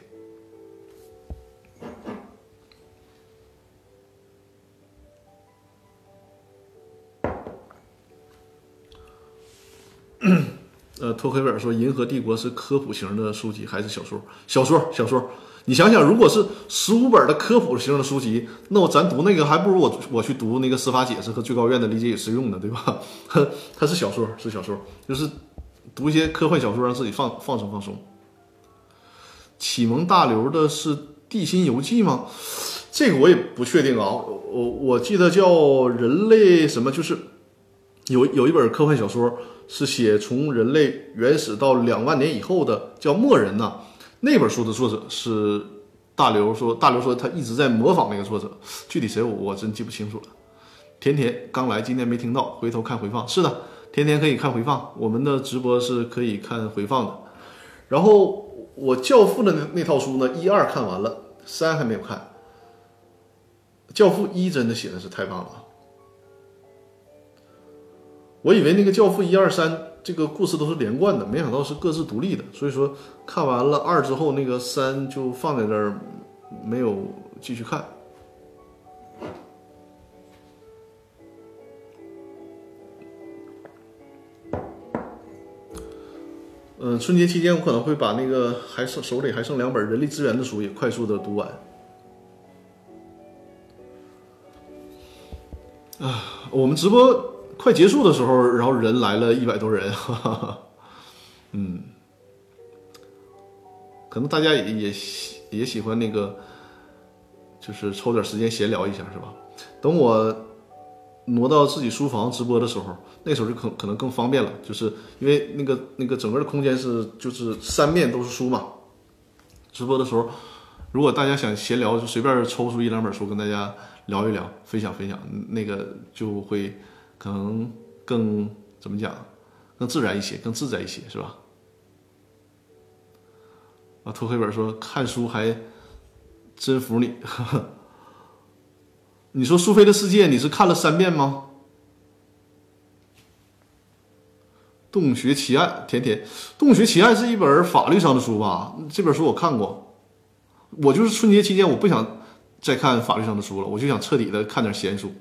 托克维尔说，《银河帝国》是科普型的书籍还是小说？小说。你想想，如果是15本的科普型的书籍，那咱读那个还不如我去读那个司法解释和最高院的理解与实用的，对吧？它是小说，就是读一些科幻小说，让自己放松。启蒙大刘的是《地心游记》吗？这个我也不确定啊。我记得叫人类什么，就是有一本科幻小说。是写从人类原始到2万年以后的，叫《末人》呐。那本书的作者是大刘说他一直在模仿那个作者，具体谁我真记不清楚了。甜甜刚来，今天没听到，回头看回放。是的，甜甜可以看回放，我们的直播是可以看回放的。然后我《教父》的那套书呢，1、2看完了，3还没有看。《教父》1真的写的是太棒了。我以为那个《教父》1、2、3这个故事都是连贯的，没想到是各自独立的。所以说看完了2之后，那个3就放在那儿，没有继续看。春节期间我可能会把那个手里还剩2本人力资源的书也快速的读完。我们直播快结束的时候，然后人来了100多人，可能大家也喜欢那个，就是抽点时间闲聊一下，是吧？等我挪到自己书房直播的时候，那时候就可能更方便了，就是因为那个整个的空间就是3面都是书嘛。直播的时候，如果大家想闲聊，就随便抽出1、2本书跟大家聊一聊，分享，那个就会可能更怎么讲，更自然一些，更自在一些，是吧？托黑本说看书还真服你。你说苏菲的世界你是看了3遍吗？洞穴奇案，甜甜，洞穴奇案是一本法律上的书吧？这本书我看过。我就是春节期间我不想再看法律上的书了，我就想彻底的看点闲书。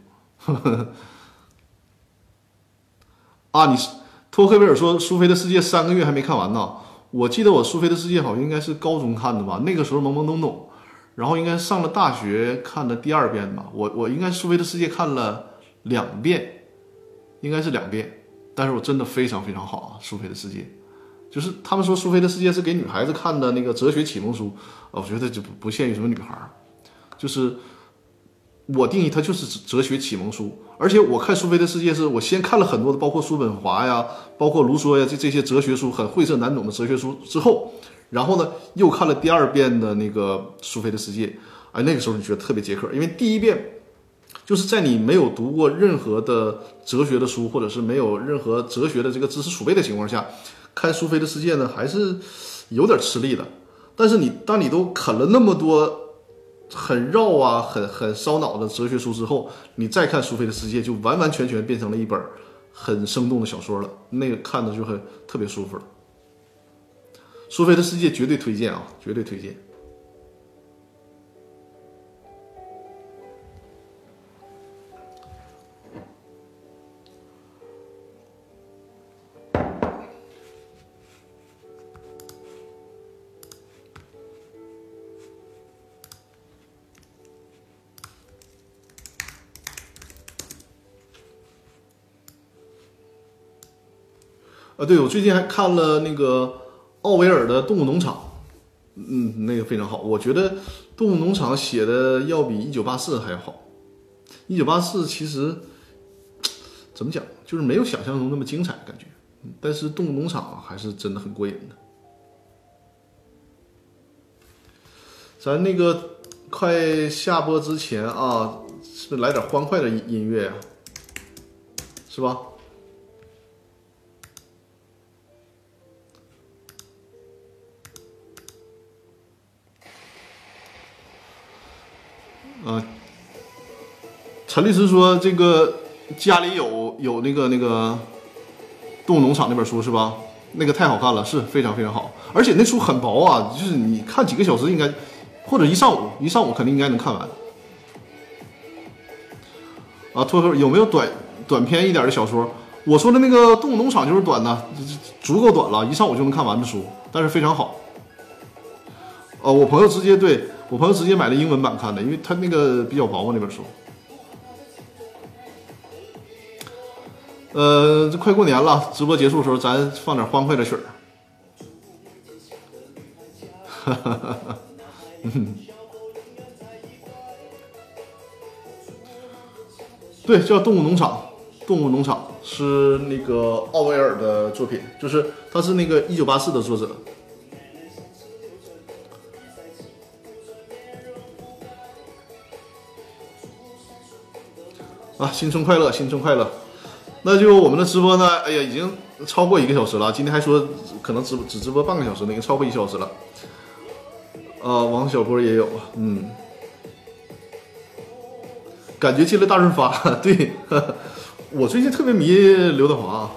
你托克维尔说苏菲的世界3个月还没看完呢。我记得我苏菲的世界好像应该是高中看的吧，那个时候懵懵懂懂，然后应该上了大学看的第2遍吧。我应该苏菲的世界看了2遍，应该是2遍。 但是我真的非常非常好啊，苏菲的世界。就是他们说苏菲的世界是给女孩子看的那个哲学启蒙书，我觉得就不限于什么女孩，就是我定义它就是哲学启蒙书。而且我看苏菲的世界是我先看了很多的，包括叔本华呀，包括卢梭呀，这些哲学书，很晦涩难懂的哲学书之后，然后呢又看了第二遍的那个苏菲的世界，哎，那个时候你觉得特别解渴，因为第一遍就是在你没有读过任何的哲学的书，或者是没有任何哲学的这个知识储备的情况下，看苏菲的世界呢，还是有点吃力的。但是当你都啃了那么多很绕啊、很烧脑的哲学书之后，你再看苏菲的世界，就完完全全变成了一本很生动的小说了，那个看着就很特别舒服了。苏菲的世界绝对推荐啊，绝对推荐。对，我最近还看了那个奥威尔的《动物农场》，那个非常好。我觉得《动物农场》写的要比《1984》还好。《1984》其实怎么讲，就是没有想象中那么精彩感觉，但是《动物农场》还是真的很过瘾的。咱那个快下播之前啊，是不是来点欢快的音乐啊？是吧？陈律师说这个家里有那个《动物农场》那本书是吧？那个太好看了，是非常非常好，而且那书很薄啊，就是你看几个小时应该，或者一上午肯定应该能看完。啊，脱口有没有短篇一点的小说？我说的那个《动物农场》就是短的，足够短了，一上午就能看完的书，但是非常好。我朋友直接买了英文版看的，因为他那个比较薄嘛那本书。这快过年了，直播结束的时候咱放点欢快的曲儿。对，叫《动物农场》，《动物农场》是那个奥威尔的作品，就是他是那个1984的作者。啊，新春快乐，新春快乐！那就我们的直播呢，哎呀，已经超过1个小时了。今天还说可能只直播半个小时，已经超过1小时了。王小波也有，感觉进了大润发。对，我最近特别迷刘德华，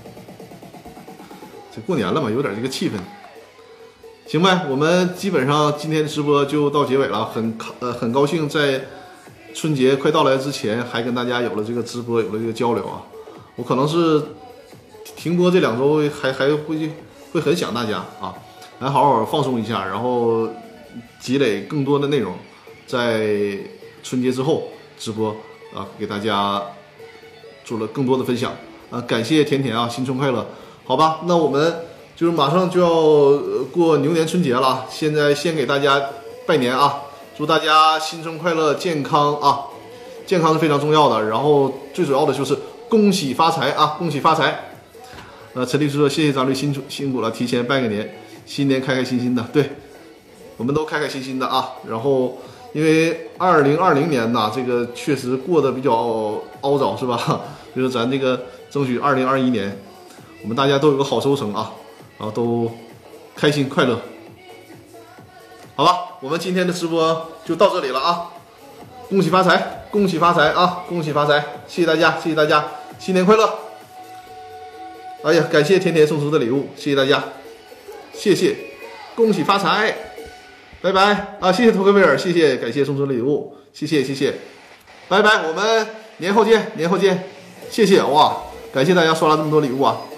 这过年了嘛，有点这个气氛。行呗，我们基本上今天直播就到结尾了，很高兴在春节快到来之前，还跟大家有了这个直播，有了这个交流啊。我可能是停播这2周，还会很想大家啊，来好好放松一下，然后积累更多的内容，在春节之后直播啊，给大家做了更多的分享啊。感谢甜甜啊，新春快乐！好吧，那我们就是马上就要过牛年春节了，现在先给大家拜年啊，祝大家新春快乐，健康啊，健康是非常重要的，然后最主要的就是恭喜发财啊！恭喜发财！陈律师说：“谢谢张律辛苦了，提前拜个年，新年开开心心的。”对，我们都开开心心的啊。然后，因为2020年呐，这个确实过得比较凹早，是吧？就是咱这个争取2021年，我们大家都有个好收成啊，然后都开心快乐。好吧，我们今天的直播就到这里了啊！恭喜发财，恭喜发财啊！恭喜发财！谢谢大家，谢谢大家。新年快乐！哎呀，感谢甜甜送出的礼物，谢谢大家，谢谢，恭喜发财，拜拜啊！谢谢托克维尔，谢谢，感谢送出的礼物，谢谢谢谢，拜拜，我们年后见，年后见，谢谢哇，感谢大家刷了这么多礼物啊！